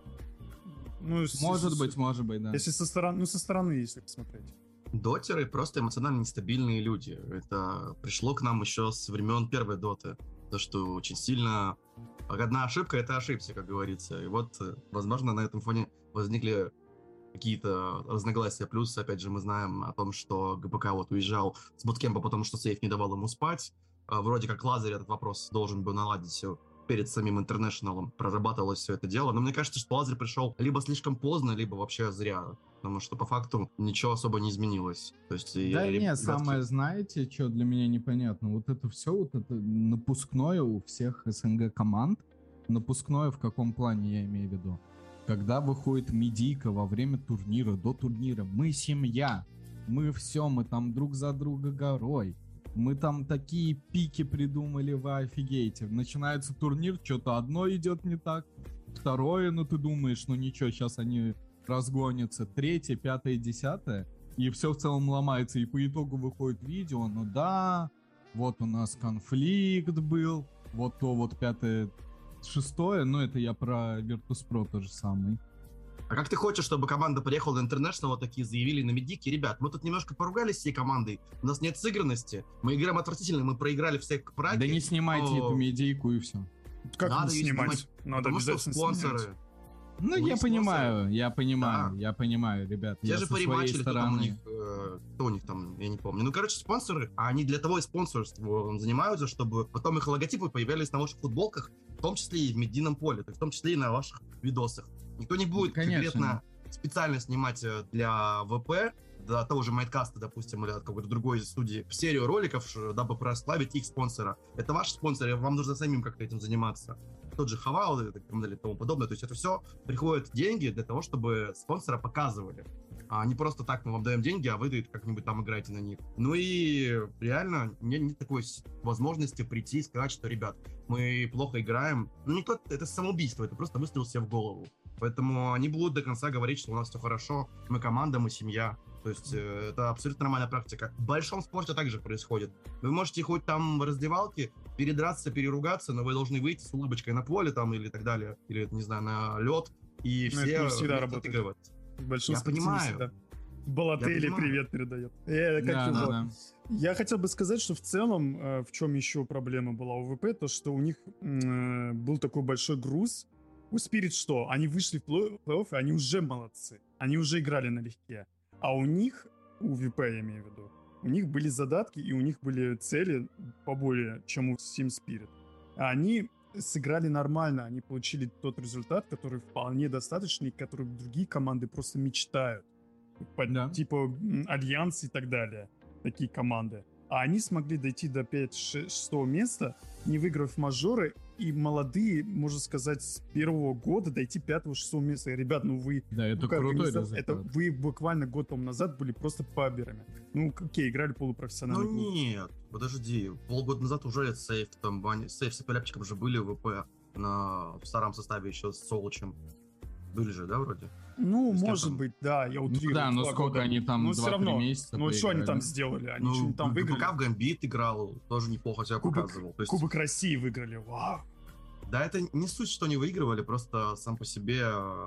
Speaker 3: Ну, с-
Speaker 1: Может
Speaker 3: с-
Speaker 1: быть, может быть, да.
Speaker 3: Если со стороны, ну, со стороны, если посмотреть.
Speaker 2: Дотеры просто эмоционально нестабильные люди. Это пришло к нам еще с времен первой доты. То, что очень сильно... Одна ошибка — это ошибся, как говорится. И вот, э, возможно, на этом фоне возникли какие-то разногласия. Плюс, опять же, мы знаем о том, что ГПК вот уезжал с буткемпа, потому что сейф не давал ему спать. А вроде как Лазарь этот вопрос должен был наладить все перед самим интернешналом. Прорабатывалось все это дело. Но мне кажется, что Лазарь пришел либо слишком поздно, либо вообще зря. Потому что по факту ничего особо не изменилось. То есть,
Speaker 1: Да
Speaker 2: я,
Speaker 1: нет,
Speaker 2: ребятки,
Speaker 1: самое, знаете, что для меня непонятно? Вот это все, вот это напускное у всех СНГ команд. Напускное в каком плане я имею в виду? Когда выходит медийка во время турнира, до турнира, мы семья, мы все, мы там друг за друга горой. Мы там такие пики придумали, вы офигеете. Начинается турнир, что-то одно идет не так, второе, ну ты думаешь, ну ничего, сейчас они разгонятся, третье, пятое, десятое, и все в целом ломается, и по итогу выходит видео, ну да, вот у нас конфликт был, вот то вот пятое, шестое, ну это я про Virtus.pro то же самое.
Speaker 2: А как ты хочешь, чтобы команда приехала на International, вот такие заявили на медике? Ребят, мы тут немножко поругались всей командой, у нас нет сыгранности, мы играем отвратительно, мы проиграли все праги.
Speaker 1: Да не снимайте
Speaker 2: но...
Speaker 1: эту медийку и все.
Speaker 3: Как
Speaker 2: Надо
Speaker 3: не
Speaker 2: ее
Speaker 3: снимать?
Speaker 2: снимать,
Speaker 3: Надо
Speaker 2: Потому что
Speaker 3: обязательно
Speaker 2: спонсоры...
Speaker 3: снимать.
Speaker 1: Ну,
Speaker 2: У
Speaker 1: я
Speaker 2: них
Speaker 1: понимаю,
Speaker 2: спонсоры.
Speaker 1: я понимаю,
Speaker 2: Да.
Speaker 1: я понимаю, ребят.
Speaker 2: Те
Speaker 1: я
Speaker 2: же
Speaker 1: со своей
Speaker 2: поримачили, кто там у
Speaker 1: стороны...
Speaker 2: них, э, кто у них там, я не помню. Ну, короче, спонсоры, а они для того и спонсорством занимаются, чтобы потом их логотипы появлялись на ваших футболках, в том числе и в медийном поле, то есть в том числе и на ваших видосах. Никто не будет
Speaker 1: Конечно.
Speaker 2: конкретно специально снимать э, для ВП, для того же Майткаста, допустим, или от какой-то другой студии, серию роликов, ш- дабы прославить их спонсора. Это ваши спонсоры, вам нужно самим как-то этим заниматься. Тот же Хавал и так далее, и тому подобное. То есть это все приходят деньги для того, чтобы спонсора показывали. А не просто так мы вам даем деньги, а вы как-нибудь там играете на них. Ну и реально нет, нет такой с- возможности прийти и сказать, что, ребят, мы плохо играем. Ну никто, это самоубийство, это просто выстрел себе в голову. Поэтому они будут до конца говорить, что у нас все хорошо, мы команда, мы семья. То есть э, это абсолютно нормальная практика. В большом спорте также происходит. Вы можете хоть там в раздевалке передраться, переругаться, но вы должны выйти с улыбочкой на поле там или так далее, или, не знаю, на лед, и
Speaker 3: Но
Speaker 2: все
Speaker 3: это не всегда
Speaker 2: вместе
Speaker 3: работает.
Speaker 2: отыгрывать.
Speaker 3: Большинство
Speaker 2: Я понимаю.
Speaker 3: всегда. Балотели
Speaker 2: Я понимаю.
Speaker 3: привет передает. Э, как
Speaker 1: Да,
Speaker 3: его?
Speaker 1: да, да.
Speaker 3: Я хотел бы сказать, что в целом, э, в чем еще проблема была у ВП, то что у них м, э, был такой большой груз. У Spirit что? Они вышли в плей- плей-офф, и они уже молодцы. Они уже играли налегке. А у них, у ВП я имею в виду, у них были задатки, и у них были цели поболее, чем у Team Spirit. А они сыграли нормально, они получили тот результат, который вполне достаточный, который другие команды просто мечтают. По-
Speaker 1: Да.
Speaker 3: Типа м, Альянс и так далее. Такие команды. А они смогли дойти до пятого-шестого места, не выиграв мажоры, и молодые, можно сказать, с первого года дойти пятого-шестого места. И, ребят, ну вы...
Speaker 1: Да, это
Speaker 3: ну, как
Speaker 1: крутой
Speaker 3: организа-
Speaker 1: результат.
Speaker 3: Это вы буквально год тому назад были просто паберами. Ну, окей, играли полупрофессиональный
Speaker 2: Ну
Speaker 3: клуб.
Speaker 2: нет, подожди. Полгода назад уже сейф, там, Ваня- сейф с Поляпчиком уже были в ВП на, в старом составе еще с Солочем. Были же, да, вроде?
Speaker 3: Ну,
Speaker 2: с кем
Speaker 3: может
Speaker 2: там?
Speaker 3: быть, да, я
Speaker 1: Ну
Speaker 3: утрирую.
Speaker 1: да, но
Speaker 3: два
Speaker 1: сколько
Speaker 3: года.
Speaker 1: они там,
Speaker 3: Ну, всё
Speaker 1: два-три
Speaker 3: равно.
Speaker 1: месяца
Speaker 3: Ну, что они там
Speaker 1: проиграли?
Speaker 3: сделали? Они
Speaker 2: Ну,
Speaker 3: что-нибудь там выиграли?
Speaker 2: ГПК в Гамбит играл, тоже неплохо себя
Speaker 3: Кубок,
Speaker 2: показывал. То есть,
Speaker 3: Кубок России выиграли, вау.
Speaker 2: да, это не суть, что они выигрывали, просто сам по себе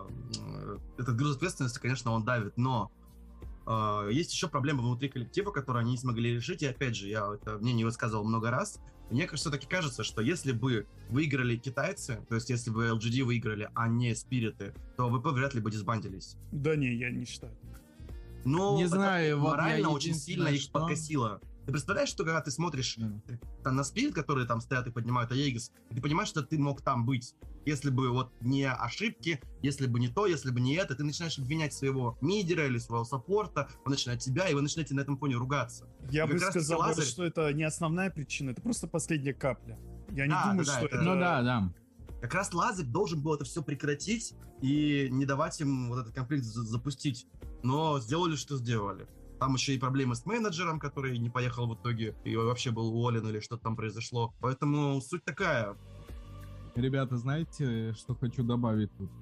Speaker 2: э, этот груз ответственности, конечно, он давит, но э, есть еще проблемы внутри коллектива, которые они не смогли решить, и опять же, я это мнение высказывал много раз, Мне все-таки кажется, что если бы выиграли китайцы, то есть если бы эл джи ди выиграли, а не спириты, то ви пи вряд ли бы дисбандились.
Speaker 3: Да не, я не считаю.
Speaker 2: Но
Speaker 1: Не
Speaker 2: это
Speaker 1: знаю, вот
Speaker 2: морально
Speaker 1: я
Speaker 2: очень сильно
Speaker 1: единственное,
Speaker 2: их
Speaker 1: что-
Speaker 2: подкосило. Ты представляешь, что когда ты смотришь
Speaker 1: Да.
Speaker 2: там, на спирит, которые там стоят и поднимают Аегис, и ты понимаешь, что ты мог там быть. Если бы вот не ошибки, если бы не то, если бы не это, ты начинаешь обвинять своего мидера или своего саппорта, он начинает тебя, и вы начинаете на этом фоне ругаться.
Speaker 3: Я
Speaker 2: И
Speaker 3: бы
Speaker 2: как раз-таки
Speaker 3: сказал,
Speaker 2: Лазарь-
Speaker 3: что это не основная причина, это просто последняя капля. Я не
Speaker 2: Да,
Speaker 3: думаю,
Speaker 2: да, да,
Speaker 3: что
Speaker 2: это-
Speaker 3: это...
Speaker 1: Ну да, да.
Speaker 2: Как раз Лазарь должен был это все прекратить и не давать им вот этот конфликт за- запустить. Но сделали, что сделали. Там еще и проблемы с менеджером, который не поехал в итоге и вообще был уволен или что-то там произошло. Поэтому суть такая.
Speaker 1: Ребята, знаете, что хочу добавить тут?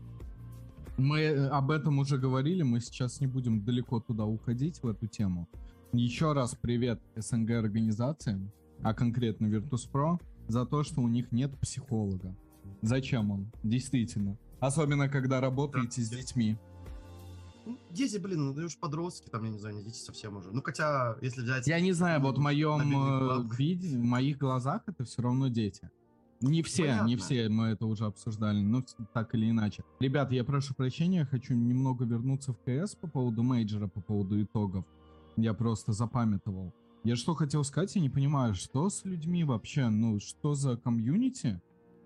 Speaker 1: Мы э, об этом уже говорили, мы сейчас не будем далеко туда уходить, в эту тему. Еще раз привет эс эн гэ организациям, а конкретно Virtus.pro, за то, что у них нет психолога. Зачем он? Действительно. Особенно, когда работаете с детьми.
Speaker 2: Ну, дети, блин, ну да уж подростки, там, я не знаю, не дети совсем уже. Ну, хотя, если взять...
Speaker 1: Я не знаю, вот в моем
Speaker 2: Мобильный
Speaker 1: э,
Speaker 2: клаб.
Speaker 1: виде, в моих глазах это все равно дети. Не все,
Speaker 2: Понятно.
Speaker 1: не все, мы это уже обсуждали, но вс- так или иначе. Ребят, я прошу прощения, хочу немного вернуться в КС по поводу мейджора, по поводу итогов. Я просто запамятовал. Я что хотел сказать, я не понимаю, что с людьми вообще, ну, что за комьюнити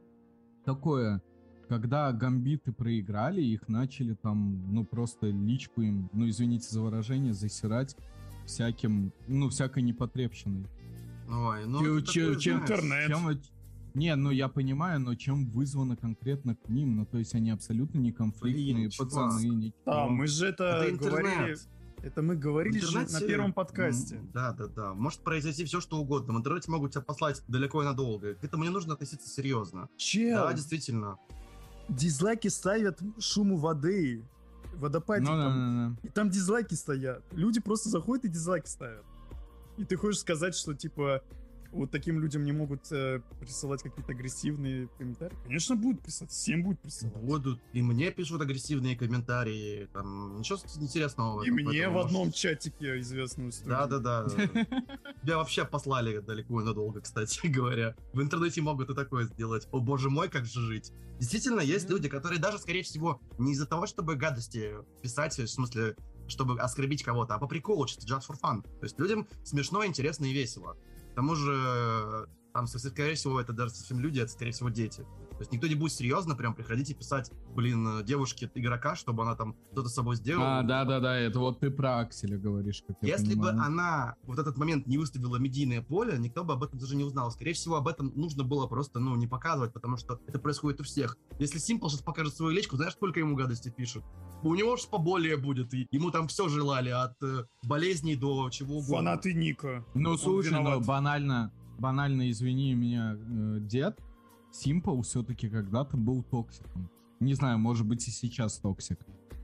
Speaker 1: такое, когда гамбиты проиграли, их начали там, ну, просто личку им, ну, извините за выражение, засирать всяким, ну, всякой непотребщиной.
Speaker 2: Ой, ну,
Speaker 1: Чё-
Speaker 2: это
Speaker 1: чё-
Speaker 2: такое,
Speaker 1: чем-
Speaker 2: знаешь,
Speaker 3: интернет.
Speaker 1: Чем это- Не, ну я понимаю, но чем вызвано конкретно к ним? Ну, то есть они абсолютно не конфликтные
Speaker 2: Блин, чувак.
Speaker 1: пацаны, ничего.
Speaker 3: Да, мы же это,
Speaker 2: Это
Speaker 3: говорили...
Speaker 2: интернет.
Speaker 3: Это мы говорили
Speaker 2: В
Speaker 3: же на
Speaker 2: интернете,
Speaker 3: первом подкасте.
Speaker 2: м, Да, да, да. Может произойти все, что угодно. В интернете могут тебя послать далеко и надолго. К этому не нужно относиться серьезно.
Speaker 3: Чел,
Speaker 2: Да, действительно.
Speaker 3: дизлайки ставят шуму воды, водопадик
Speaker 1: Ну, да,
Speaker 3: там.
Speaker 1: да, да.
Speaker 3: И там дизлайки стоят. Люди просто заходят и дизлайки ставят. И ты хочешь сказать, что типа вот таким людям не могут э, присылать какие-то агрессивные комментарии? Конечно, будут присылать. Всем будут присылать.
Speaker 2: Будут. И мне пишут агрессивные комментарии. Там ничего интересного. в
Speaker 3: И
Speaker 2: этом,
Speaker 3: мне
Speaker 2: поэтому
Speaker 3: в одном
Speaker 2: можешь-
Speaker 3: чатике известную историю.
Speaker 2: Да, да, да. Тебя вообще послали далеко и надолго, кстати говоря. В интернете могут и такое сделать. О боже мой, как же жить. Действительно, есть люди, которые даже, скорее всего, не из-за того, чтобы гадости писать, в смысле, чтобы оскорбить кого-то, а по приколу, чисто just for fun. То есть людям смешно, интересно и весело. К тому же, там, скорее всего, это даже совсем люди, это, скорее всего, дети. То есть никто не будет серьезно прям приходить и писать, блин, девушке игрока, чтобы она там что-то с собой сделала.
Speaker 1: А, да-да-да, это вот ты про Акселя говоришь, как я
Speaker 2: Если бы
Speaker 1: понимаю.
Speaker 2: она в этот момент не выставила медийное поле, никто бы об этом даже не узнал. Скорее всего, об этом нужно было просто, ну, не показывать, потому что это происходит у всех. Если Simple сейчас покажет свою личку, знаешь, сколько ему гадости пишут? У него же поболее будет, и ему там все желали, от э, болезней до чего угодно.
Speaker 3: Фанаты Ника.
Speaker 1: Ну,
Speaker 3: Он
Speaker 1: слушай, ну,
Speaker 3: виноват.
Speaker 1: банально, банально, извини меня, э, дед, Simple все-таки когда-то был токсиком. Не знаю, может быть и сейчас токсик.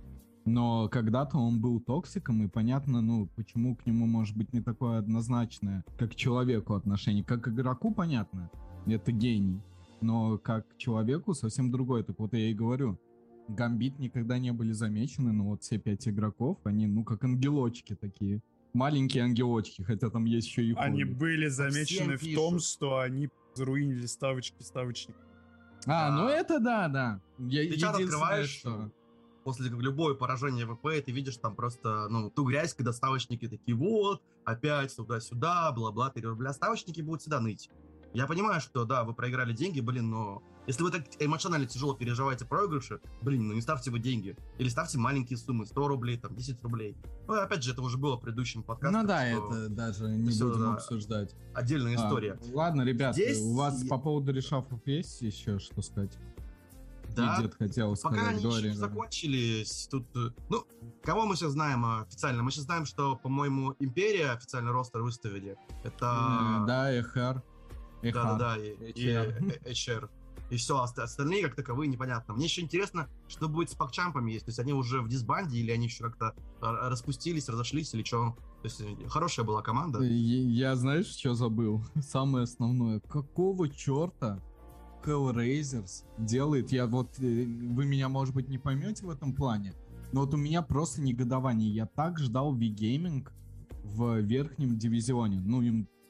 Speaker 1: Но когда-то он был токсиком, и понятно, ну, почему к нему может быть не такое однозначное, как к человеку отношение. Как к игроку, понятно, это гений. Но как к человеку совсем другое. Так вот я и говорю, Гамбит никогда не были замечены, но вот все пять игроков, они, ну, как ангелочки такие. Маленькие ангелочки, хотя там есть еще и
Speaker 3: Они
Speaker 1: хобби.
Speaker 3: были замечены в
Speaker 2: пишут.
Speaker 3: том, что они заруинили ставочки ставочников.
Speaker 1: А,
Speaker 2: Да.
Speaker 1: ну это да, да. Я,
Speaker 2: Ты чат
Speaker 1: единственное,
Speaker 2: открываешь,
Speaker 1: что-
Speaker 2: после любое поражение ВП, ты видишь там просто, ну, ту грязь, когда ставочники такие, вот, опять туда-сюда, бла-бла, три рубля. Ставочники будут всегда ныть. Я понимаю, что, да, вы проиграли деньги, блин, но если вы так эмоционально тяжело переживаете проигрыши, блин, ну не ставьте вы деньги. Или ставьте маленькие суммы, сто рублей, там, десять рублей. Ну, и опять же, это уже было в предыдущем подкасте.
Speaker 1: Ну да,
Speaker 2: что
Speaker 1: это даже не
Speaker 2: всё,
Speaker 1: будем
Speaker 2: да.
Speaker 1: обсуждать.
Speaker 2: отдельная
Speaker 1: А,
Speaker 2: история.
Speaker 1: ладно, ребят,
Speaker 2: Здесь
Speaker 1: у вас
Speaker 2: я-
Speaker 1: по поводу решафов есть еще что сказать?
Speaker 2: Да,
Speaker 1: И дед хотел
Speaker 2: пока
Speaker 1: сказать,
Speaker 2: они
Speaker 1: говори,
Speaker 2: еще не
Speaker 1: говори.
Speaker 2: закончились, тут, э, ну, кого мы сейчас знаем а, официально? Мы сейчас знаем, что, по-моему, Империя официально ростер выставили. Это...
Speaker 1: Э, Да, Эхар.
Speaker 2: Да-да-да, и, и
Speaker 1: эйч ар.
Speaker 2: э, эйч ар. И все, остальные как таковые непонятно. Мне еще интересно, что будет с пакчампами есть. То есть они уже в дисбанде или они еще как-то а, распустились, разошлись или что? То есть э, хорошая была команда.
Speaker 1: Я, знаешь, что забыл? Самое основное. Какого черта Hellraisers делает? Я вот, э, вы меня, может быть, не поймете в этом плане, но вот у меня просто негодование. Я так ждал V-Gaming в верхнем дивизионе. Ну, им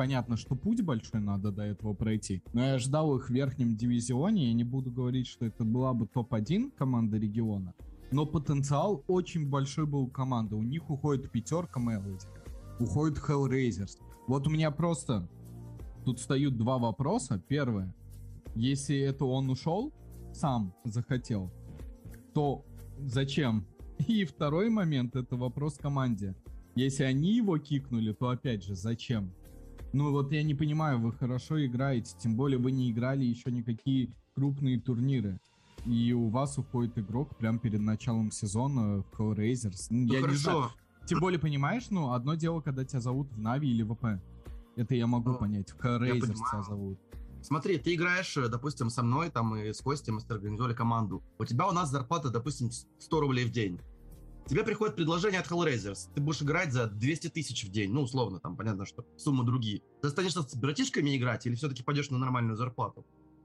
Speaker 1: понятно, что путь большой надо до этого пройти. Но я ждал их в верхнем дивизионе. Я не буду говорить, что это была бы топ один команда региона. Но потенциал очень большой был у команды. У них уходит пятерка Melody, уходит Hellraisers. Вот у меня просто тут встают два вопроса. Первое. Если это он ушел, сам захотел, то зачем? И второй момент, это вопрос команде. Если они его кикнули, то опять же, зачем? Ну вот я не понимаю, вы хорошо играете, тем более вы не играли еще никакие крупные турниры. И у вас уходит игрок прямо перед началом сезона в Hellraisers. Ну,
Speaker 2: Ну
Speaker 1: я не знаю.
Speaker 2: хорошо.
Speaker 1: Тем более, понимаешь, ну, одно дело, когда тебя зовут в Нави или в ВП. Это я могу
Speaker 2: Ну,
Speaker 1: понять. В Hellraisers тебя
Speaker 2: понимаю.
Speaker 1: зовут.
Speaker 2: Смотри, ты играешь, э, допустим, со мной там и с Костей, мы организовали команду. У тебя у нас зарплата, допустим, сто рублей в день. Тебе приходит предложение от Hellraisers. Ты будешь играть за двести тысяч в день. Ну, условно, там, понятно, что суммы другие. Ты останешься с братишками играть или все-таки пойдешь на нормальную зарплату?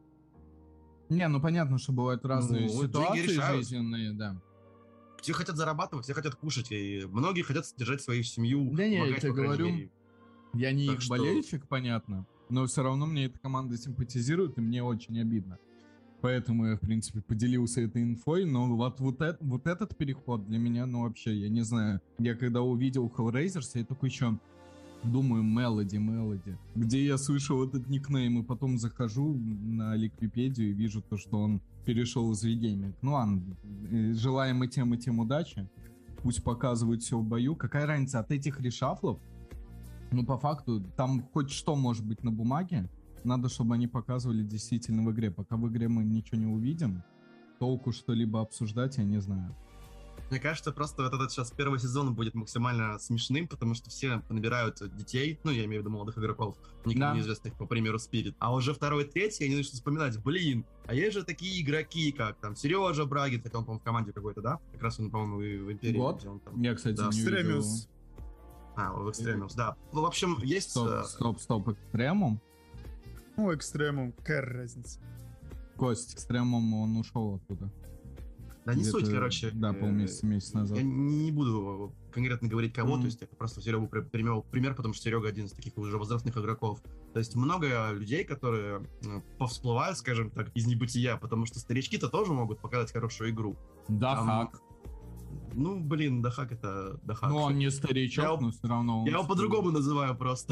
Speaker 1: Не, ну понятно, что бывают разные
Speaker 2: Ну, вот деньги
Speaker 1: ситуации
Speaker 2: решают.
Speaker 1: жизненные, да.
Speaker 2: Все хотят зарабатывать, все хотят кушать. И многие хотят содержать свою семью.
Speaker 1: Да не, я
Speaker 2: помогать,
Speaker 1: тебе
Speaker 2: по крайней
Speaker 1: говорю,
Speaker 2: мере.
Speaker 1: Я не
Speaker 2: Так
Speaker 1: их
Speaker 2: что-
Speaker 1: болельщик, понятно, но все равно мне эта команда симпатизирует, и мне очень обидно. Поэтому я, в принципе, поделился этой инфой, но вот, вот, это, вот этот переход для меня, ну вообще, я не знаю. Я когда увидел Hellraisers, я такой еще думаю, Melody, Melody. Где я слышал этот никнейм, и потом захожу на Ликвипедию и вижу то, что он перешел из V-Gaming. Ну ладно, э, желаем и тем, и тем удачи. Пусть показывают все в бою. Какая разница от этих решафлов? Ну, по факту, там хоть что может быть на бумаге. Надо, чтобы они показывали действительно в игре. Пока в игре мы ничего не увидим, толку что-либо обсуждать, я не знаю.
Speaker 2: Мне кажется, просто вот этот сейчас первый сезон будет максимально смешным, потому что все набирают детей, ну, я имею в виду молодых игроков, никому
Speaker 1: Да.
Speaker 2: неизвестных, по примеру, Spirit. А уже второй, третий, они начнут вспоминать, блин, а есть же такие игроки, как там Сережа Брагин, хотя он, по-моему, в команде какой-то, да? Как раз он, по-моему, и в Империи.
Speaker 1: Вот.
Speaker 2: где он там-
Speaker 1: Я, кстати,
Speaker 2: Да.
Speaker 1: не видел.
Speaker 3: Экстремиус.
Speaker 2: А, в Extremius, да. Ну, в общем, есть...
Speaker 1: Стоп,
Speaker 2: э,
Speaker 1: стоп, стоп, экстремум?
Speaker 3: Ну, экстремум, какая разница.
Speaker 1: Кость, экстремум, он ушел оттуда.
Speaker 2: Да не
Speaker 1: Где-то,
Speaker 2: суть, короче.
Speaker 1: Да,
Speaker 2: э,
Speaker 1: полмесяца, месяц назад.
Speaker 2: Я не буду конкретно говорить кого,
Speaker 1: Мгм.
Speaker 2: то есть я просто Серегу при- пример, пример, потому что Серега один из таких уже возрастных игроков. То есть много людей, которые э, повсплывают, скажем так, из небытия, потому что старички-то тоже могут показать хорошую игру.
Speaker 1: Да,
Speaker 2: Там-
Speaker 1: хак.
Speaker 2: Ну, блин, Дахак это Дахак.
Speaker 1: Ну, он не старичок,
Speaker 2: Я его-
Speaker 1: но все равно он...
Speaker 2: Я его по-другому называю просто.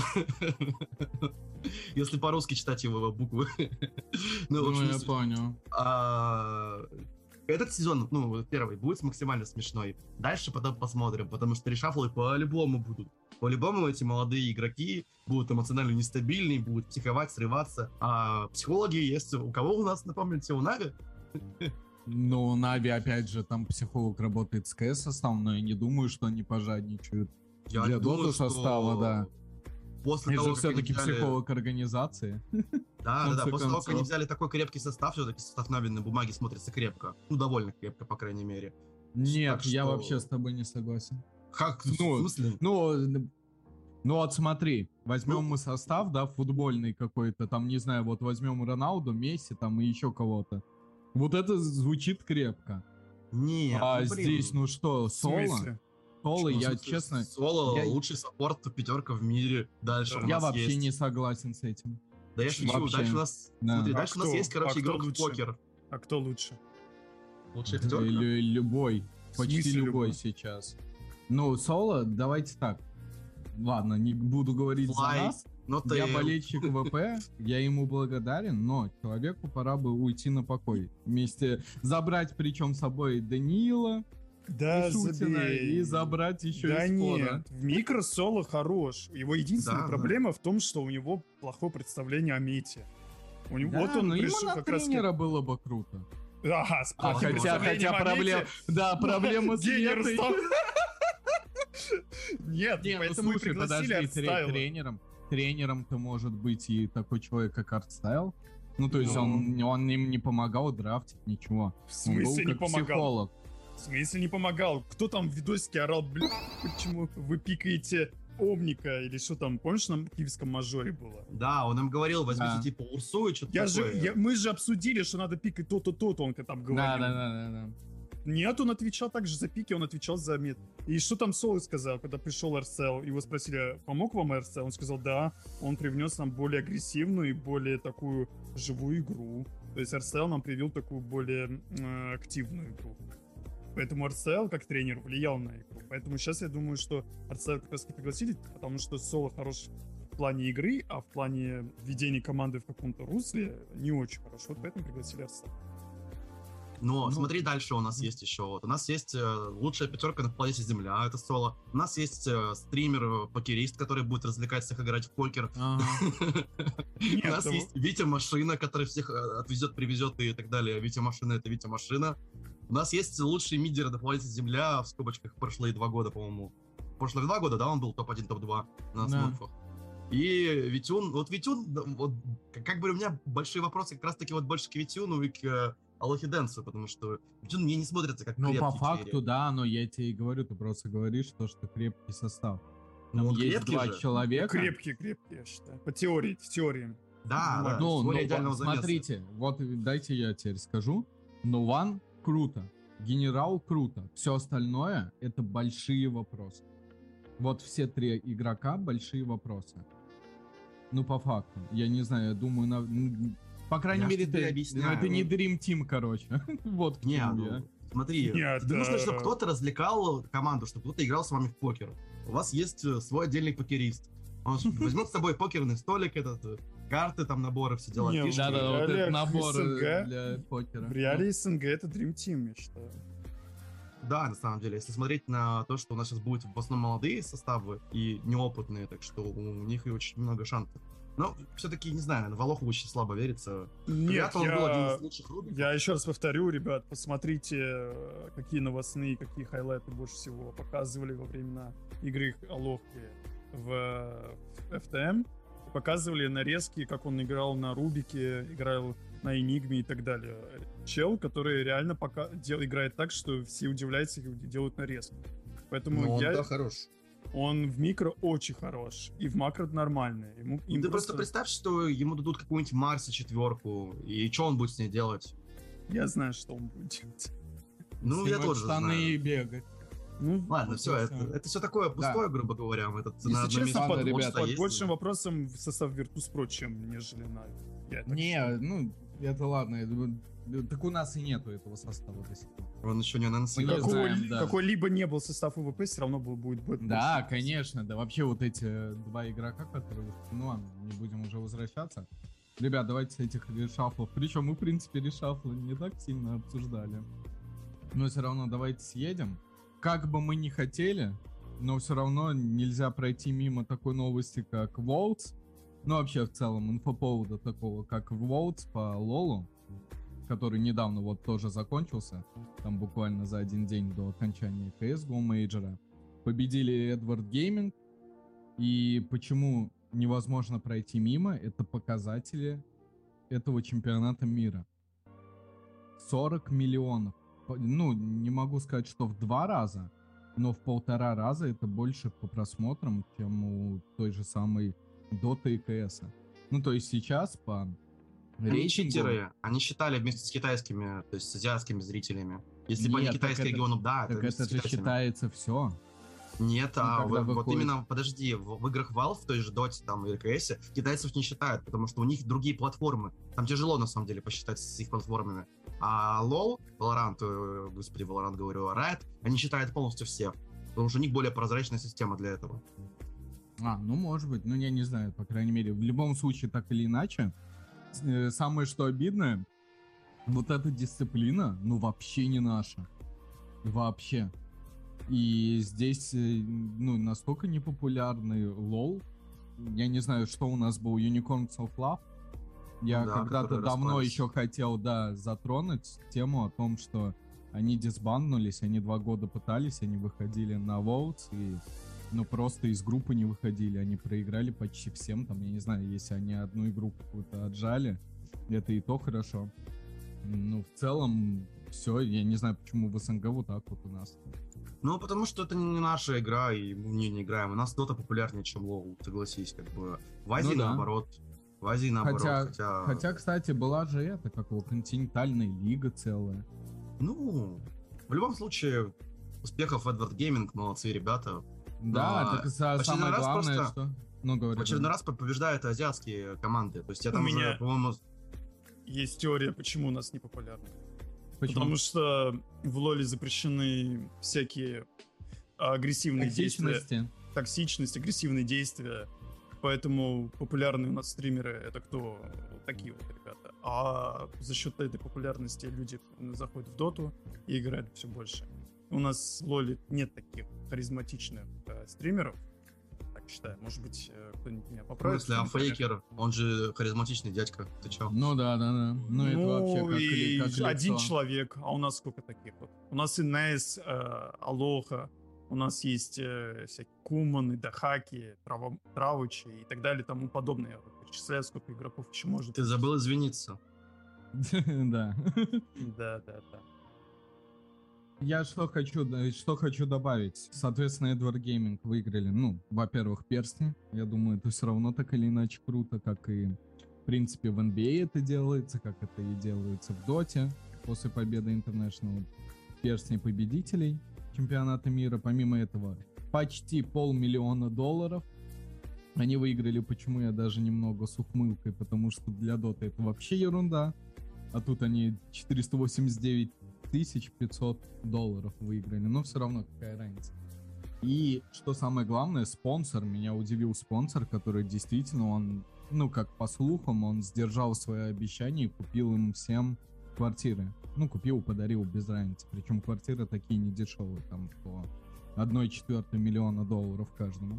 Speaker 2: Если по-русски читать его буквы. Ну, в
Speaker 1: Ну,
Speaker 2: общем,
Speaker 1: я понял.
Speaker 2: а, этот сезон, ну, вот первый, будет максимально смешной. Дальше потом посмотрим, потому что решафлы по-любому будут. По-любому эти молодые игроки будут эмоционально нестабильны, будут психовать, срываться. А психологи есть у кого у нас, напомните, у Нави?
Speaker 1: Ну, Нави, опять же, там психолог работает с КС составом, но я не думаю, что они пожадничают.
Speaker 2: Я
Speaker 1: Для
Speaker 2: думаю,
Speaker 1: Дота
Speaker 2: что
Speaker 1: состава, да.
Speaker 2: После
Speaker 1: Это
Speaker 2: того,
Speaker 1: же
Speaker 2: как они
Speaker 1: все-таки
Speaker 2: взяли-
Speaker 1: психолог организации.
Speaker 2: Да, да, да.
Speaker 1: конце
Speaker 2: После того, как они
Speaker 1: концов.
Speaker 2: взяли такой крепкий состав, все-таки состав Нави на бумаге смотрится крепко. Ну, довольно крепко, по крайней мере.
Speaker 1: Нет,
Speaker 2: Так
Speaker 1: я
Speaker 2: что-
Speaker 1: вообще с тобой не согласен.
Speaker 2: Как?
Speaker 1: Ну,
Speaker 2: в смысле?
Speaker 1: Ну, ну вот смотри, возьмем мы состав, да, футбольный какой-то, там, не знаю, вот возьмем Роналду, Месси, там, и еще кого-то. Вот это звучит крепко.
Speaker 2: Нет,
Speaker 1: а
Speaker 2: ну, блин.
Speaker 1: здесь, ну что,
Speaker 3: В
Speaker 1: соло?
Speaker 3: смысле?
Speaker 1: Соло,
Speaker 2: Ну, в
Speaker 1: я
Speaker 2: смысле,
Speaker 1: честно,
Speaker 2: Соло
Speaker 1: я-
Speaker 2: лучший саппорт, пятерка в мире. Дальше
Speaker 3: Да.
Speaker 2: у
Speaker 1: я
Speaker 2: нас
Speaker 1: вообще
Speaker 2: есть...
Speaker 1: не согласен с этим.
Speaker 2: Да я шучу,
Speaker 1: вообще.
Speaker 2: дальше у нас...
Speaker 1: Да.
Speaker 2: Смотри,
Speaker 3: А
Speaker 2: дальше у нас
Speaker 3: кто?
Speaker 2: есть, короче,
Speaker 3: А кто
Speaker 2: игрок в
Speaker 3: лучше?
Speaker 2: покер.
Speaker 3: А кто лучше?
Speaker 2: Лучшая
Speaker 1: Э,
Speaker 2: пятерка?
Speaker 1: лю- Любой,
Speaker 3: В
Speaker 1: почти
Speaker 3: смысле
Speaker 1: любой
Speaker 3: любой?
Speaker 1: сейчас. Ну, соло, давайте так. Ладно, не буду говорить
Speaker 2: Fly,
Speaker 1: за нас.
Speaker 2: Но ты...
Speaker 1: Я болельщик ВП, я ему благодарен, но человеку пора бы уйти на покой. Вместе забрать, причем с собой Даниила,
Speaker 3: Да,
Speaker 1: и Шутина,
Speaker 3: забей.
Speaker 1: и забрать еще
Speaker 3: Да
Speaker 1: и Спора.
Speaker 3: нет, в микро Соло хорош. Его единственная
Speaker 2: Да, да.
Speaker 3: проблема в том, что у него плохое представление о мете. У него,
Speaker 1: Да,
Speaker 3: вот он
Speaker 1: но ему
Speaker 3: пришел
Speaker 1: на
Speaker 3: как раз...
Speaker 1: тренера было бы круто.
Speaker 3: Ага, с
Speaker 1: А,
Speaker 3: плохим
Speaker 1: хотя,
Speaker 3: представлением
Speaker 1: хотя
Speaker 3: о
Speaker 1: проблем...
Speaker 3: мете.
Speaker 1: Да, проблема с
Speaker 3: Гений
Speaker 1: метой.
Speaker 3: Рустам. Нет,
Speaker 1: Не, ну
Speaker 3: поэтому и
Speaker 1: слушай,
Speaker 3: пригласили
Speaker 1: подожди, тре-
Speaker 3: Артстайла.
Speaker 1: тренером, тренером-то может быть и такой человек, как Артстайл. Ну, то есть
Speaker 3: Ну.
Speaker 1: он, он им не помогал драфтить, ничего.
Speaker 3: В
Speaker 1: Он был
Speaker 3: смысле не
Speaker 1: как
Speaker 3: помогал?
Speaker 1: психолог.
Speaker 3: В смысле не помогал? Кто там в видосике орал, блин, почему вы пикаете Омника или что там, помнишь, на киевском мажоре было?
Speaker 2: Да, он им говорил, возьмите
Speaker 1: Да.
Speaker 2: типа Урсу и что-то
Speaker 3: Я же,
Speaker 2: такое.
Speaker 3: я- мы же обсудили, что надо пикать то-то, то-то, он там говорил.
Speaker 1: Да, да, да, да, да.
Speaker 3: Нет, он отвечал также за пики, он отвечал за мид. И что там Соло сказал, когда пришел Арсел? Его спросили, помог вам Арсел? Он сказал, да, он привнес нам более агрессивную и более такую живую игру. То есть Арсел нам привил такую более э, активную игру. Поэтому Арсел как тренер влиял на игру. Поэтому сейчас я думаю, что Арсел как раз пригласили, потому что Соло хорош в плане игры, а в плане ведения команды в каком-то русле не очень хорошо. Вот поэтому пригласили Арсел.
Speaker 2: Но
Speaker 1: Ну,
Speaker 2: смотри, дальше у нас есть еще. Вот. У нас есть э, лучшая пятерка на планете Земля, это Соло. У нас есть э, стример, покерист, который будет развлекать всех играть в покер.
Speaker 1: Ага.
Speaker 2: У нас есть Витя Машина, который всех э, отвезет, привезет и так далее. Витя Машина — это Витя Машина. У нас есть лучший мидер на планете Земля, в скобочках, прошлые два года, по-моему. Прошлых два года, да, он был топ один, топ два на
Speaker 1: Да.
Speaker 2: смурфах. И Витюн, вот Витюн, да, вот, как бы у меня большие вопросы как раз-таки вот больше к Витюну и к э, Алохи Дэнсу, потому что Витюн мне не смотрится как
Speaker 1: Ну,
Speaker 2: крепкий
Speaker 1: по факту,
Speaker 2: черри.
Speaker 1: да, но я тебе и говорю, ты просто говоришь, то, что крепкий состав.
Speaker 2: Ну,
Speaker 1: Там
Speaker 2: он
Speaker 1: есть
Speaker 2: крепкий
Speaker 1: два
Speaker 2: же.
Speaker 1: человека.
Speaker 3: Крепкие, крепкие, я считаю. По теории, в теории.
Speaker 2: Да, да,
Speaker 1: Ну,
Speaker 2: теория
Speaker 1: ну,
Speaker 2: идеального замеса.
Speaker 1: смотрите, вот дайте я теперь скажу. Нован круто, Генерал круто, все остальное это большие вопросы. Вот все три игрока большие вопросы. Ну, по факту. Я не знаю, я думаю, на... м, по крайней
Speaker 2: Я ж
Speaker 1: мере,
Speaker 2: тебе
Speaker 1: ты...
Speaker 2: объясняю.
Speaker 1: это не Dream Team, короче. Вот к
Speaker 2: Не,
Speaker 1: чему
Speaker 2: ну,
Speaker 1: я.
Speaker 2: смотри,
Speaker 3: Нет,
Speaker 2: тебе нужно,
Speaker 3: э,
Speaker 2: чтобы кто-то развлекал команду, чтобы кто-то играл с вами в покер. У вас есть э, свой отдельный покерист. Он ж возьмет с собой покерный столик, этот, э, карты, там, наборы, все дела,
Speaker 3: Не,
Speaker 2: фишки.
Speaker 1: Да, да, вот
Speaker 3: реалиях
Speaker 1: этот набор э,
Speaker 3: СНГ,
Speaker 1: для покера.
Speaker 3: В реалии СНГ это Dream Team, я считаю.
Speaker 2: Да, на самом деле, если смотреть на то, что у нас сейчас будут в основном молодые составы и неопытные, так что у них и очень много шансов. Но все-таки, не знаю, Волоху очень слабо верится.
Speaker 3: Нет,
Speaker 2: Когда-то он был один
Speaker 3: я,
Speaker 2: из лучших рубиков.
Speaker 3: я еще раз повторю, ребят, посмотрите, э, какие новостные, какие хайлайты больше всего показывали во времена игры Алохи в, в эф ти эм. Показывали нарезки, как он играл на Рубике, играл на Энигме и так далее. Чел, который реально пока дел, играет так, что все удивляются и делают нарезки. Поэтому
Speaker 2: Ну,
Speaker 3: я...
Speaker 2: он-то хорош.
Speaker 3: Он в микро очень хорош, и в макро нормальный. Ему, им
Speaker 2: Ты просто представь, что ему дадут какую-нибудь Марса четверку, и что он будет с ней делать?
Speaker 3: Я знаю, что он будет делать.
Speaker 2: Ну, я
Speaker 1: Снимать
Speaker 2: тоже
Speaker 1: штаны
Speaker 2: знаю.
Speaker 1: и бегать.
Speaker 3: Ну,
Speaker 2: Ладно,
Speaker 1: Вот
Speaker 2: все,
Speaker 1: и
Speaker 2: это,
Speaker 1: всё.
Speaker 2: это все такое пустое, грубо говоря. Мы Этот,
Speaker 3: если
Speaker 2: на одном
Speaker 3: честно,
Speaker 2: месте
Speaker 3: под,
Speaker 1: ладно,
Speaker 2: полчаса
Speaker 1: ребят,
Speaker 3: под
Speaker 2: ездим.
Speaker 3: большим вопросом в состав Virtus.pro, чем нежели на... Я так
Speaker 1: Не, ну, это ладно. я думаю, так у нас и нету этого состава до сих пор.
Speaker 2: Он еще не
Speaker 1: Мы не
Speaker 2: анонсировал.
Speaker 3: Какого-
Speaker 1: знаем, да.
Speaker 3: Какой-либо не был состав УВП, все равно был, будет, будет
Speaker 1: Да,
Speaker 3: больше.
Speaker 1: конечно, да. Вообще вот эти э, два игрока, которые... Ну ладно, не будем уже возвращаться. Ребят, давайте с этих решафлов. Причем мы, в принципе, решафлы не так сильно обсуждали. Но все равно давайте съедем. Как бы мы ни хотели, но все равно нельзя пройти мимо такой новости, как Волтс. Ну, вообще, в целом, инфоповода такого, как Волтс по Лолу, который недавно вот тоже закончился, там буквально за один день до окончания си эс го мейджора. Победили Эдвард Гейминг. И почему невозможно пройти мимо, это показатели этого чемпионата мира. сорок миллионов. По- Ну, не могу сказать, что в два раза, но в полтора раза это больше по просмотрам, чем у той же самой Dota и си эс. Ну, то есть сейчас по
Speaker 2: Они
Speaker 1: рейтингу...
Speaker 2: читеры, они считали вместе с китайскими, то есть с азиатскими зрителями. Если бы они
Speaker 1: Нет, так
Speaker 2: китайские
Speaker 1: это-
Speaker 2: регионы, да,
Speaker 1: Так
Speaker 2: вместе
Speaker 1: это
Speaker 2: с
Speaker 1: же
Speaker 2: китайцами.
Speaker 1: считается все.
Speaker 2: Нет,
Speaker 1: Ну,
Speaker 2: а
Speaker 1: когда
Speaker 2: вот, вот
Speaker 1: выходит.
Speaker 2: именно, подожди, в, в играх Valve, в той же Dota там, и эр си эс, китайцев не считают, потому что у них другие платформы. Там тяжело, на самом деле, посчитать с их платформами. А лол, Valorant, э, господи, Valorant говорю, Riot, они считают полностью всех, потому что у них более прозрачная система для этого.
Speaker 1: А, ну может быть, ну я не знаю, по крайней мере. В любом случае, так или иначе, с- э, самое что обидное, вот эта дисциплина, ну вообще не наша. Вообще. И здесь, э, ну, настолько непопулярный лол. Я не знаю, что у нас был Unicorns of Love. Я
Speaker 2: Да,
Speaker 1: когда-то
Speaker 2: которые
Speaker 1: давно
Speaker 2: распались.
Speaker 1: еще хотел, да, затронуть тему о том, что они дисбанднулись, они два года пытались, они выходили на Votes и, ну, просто из группы не выходили, они проиграли почти всем, там, я не знаю, если они одну игру какую-то отжали, это и то хорошо. Ну, в целом, все, я не знаю, почему в СНГ вот так вот у нас.
Speaker 2: Ну, потому что это не наша игра, и мы в нее не играем. У нас Dota популярнее, чем лол, согласись, как бы. В Азии
Speaker 1: Ну да.
Speaker 2: наоборот. В Азии наоборот,
Speaker 1: Хотя,
Speaker 2: хотя...
Speaker 1: хотя, кстати, была же это, как его, континентальная лига целая.
Speaker 2: Ну, любом случае, успехов Edward Gaming, молодцы ребята.
Speaker 1: Да,
Speaker 2: Но
Speaker 1: так за-
Speaker 2: в очередной
Speaker 1: самое
Speaker 2: раз
Speaker 1: главное,
Speaker 2: просто-
Speaker 1: что... Ну, говори.
Speaker 2: В очередной
Speaker 1: говори.
Speaker 2: раз побеждают азиатские команды. То есть я
Speaker 3: У
Speaker 2: там
Speaker 3: меня-
Speaker 2: уже, по-моему,
Speaker 3: Есть теория, почему у нас не популярно.
Speaker 1: Почему?
Speaker 3: Потому что в Лоле запрещены всякие агрессивные действия.
Speaker 1: Токсичности.
Speaker 3: Токсичность, агрессивные действия. Поэтому популярные у нас стримеры — это кто? Такие вот ребята. А за счет этой популярности люди заходят в доту и играют все больше. У нас в Лоле нет таких харизматичных э, стримеров. Так считаю. Может быть, э, кто-нибудь меня
Speaker 2: в
Speaker 3: поправит.
Speaker 2: смысле, а
Speaker 3: в комментариях.
Speaker 2: Фейкер, он же харизматичный дядька. Ты чё?
Speaker 1: Ну да, да, да. Ну, это вообще как,
Speaker 3: и
Speaker 1: ли- как лицо.
Speaker 3: один человек, а у нас сколько таких вот? У нас и Нейс, э, Алоха, у нас есть э, всякие Куманы, Дахаки, Трава- Травычи и так далее, и тому подобное. Я вот перечисляю, сколько игроков еще можно.
Speaker 2: Ты забыл извиниться.
Speaker 1: Да.
Speaker 3: Да, да, да.
Speaker 1: Я что хочу, да, что хочу добавить. Соответственно, Edward Gaming выиграли, ну, во-первых, перстни. Я думаю, это все равно так или иначе круто, как и, в принципе, в эн би эй это делается, как это и делается в Доте после победы International. Перстни победителей чемпионата мира. Помимо этого, почти полмиллиона долларов. Они выиграли, почему я даже немного с ухмылкой, потому что для Доты это вообще ерунда. А тут они четыреста восемьдесят девять тысяч пятьсот долларов выиграли, но все равно какая разница. И что самое главное, спонсор, меня удивил спонсор, который действительно, он, ну как по слухам, он сдержал свое обещание и купил им всем квартиры. Ну, купил, подарил, без разницы. Причем квартиры такие не дешевые, там по одной четвертой миллиона долларов каждому.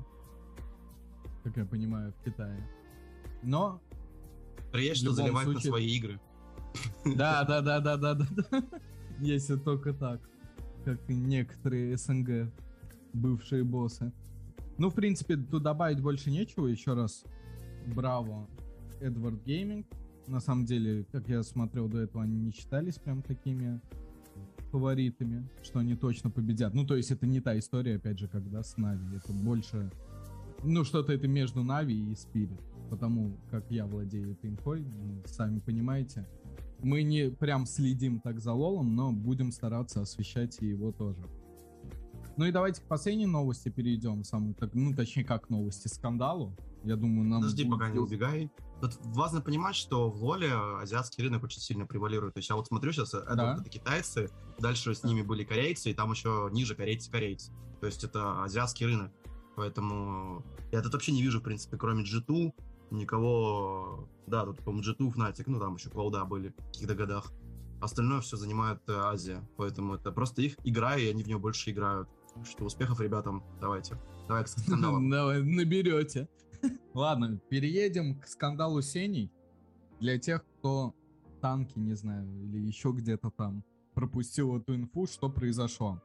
Speaker 1: Как я понимаю, в Китае. Но
Speaker 2: Приедешь,
Speaker 1: В
Speaker 2: что
Speaker 1: любом
Speaker 2: заливать на
Speaker 1: случае-
Speaker 2: свои игры.
Speaker 1: да, да, да, да, да, да, да. Если только так. Как и некоторые СНГ бывшие боссы. Ну, в принципе, тут добавить больше нечего. Еще раз, браво, Edward Gaming. На самом деле, как я смотрел до этого, они не считались прям такими фаворитами, что они точно победят. Ну, то есть это не та история, опять же, когда с Нави. Это больше... Ну, что-то это между Нави и Spirit. Потому как я владею этой инфой, ну, сами понимаете. Мы не прям следим так за Лолом, но будем стараться освещать и его тоже. Ну и давайте к последней новости перейдем. Самый, так, ну, точнее, как новости, скандалу. Я думаю, нам...
Speaker 2: Подожди,
Speaker 1: будет-
Speaker 2: пока не убегай. Тут важно понимать, что в Лоле азиатский рынок очень сильно превалирует. То есть я вот смотрю сейчас, это,
Speaker 1: Да.
Speaker 2: вот это китайцы, дальше с ними были корейцы, и там еще ниже корейцы-корейцы. То есть это азиатский рынок. Поэтому я тут вообще не вижу, в принципе, кроме джи ту, никого... Да, тут, по-моему, джи ту, Fnatic, ну там еще Клауда были в каких-то годах. Остальное все занимает э, Азия. Поэтому это просто их игра, и они в нее больше играют. Так что успехов ребятам. Давайте. Давай к скандалам.
Speaker 1: Давай, наберете. Ладно, переедем к скандалу Сеней. Для тех, кто танки, не знаю, или еще где-то там пропустил эту инфу, что произошло.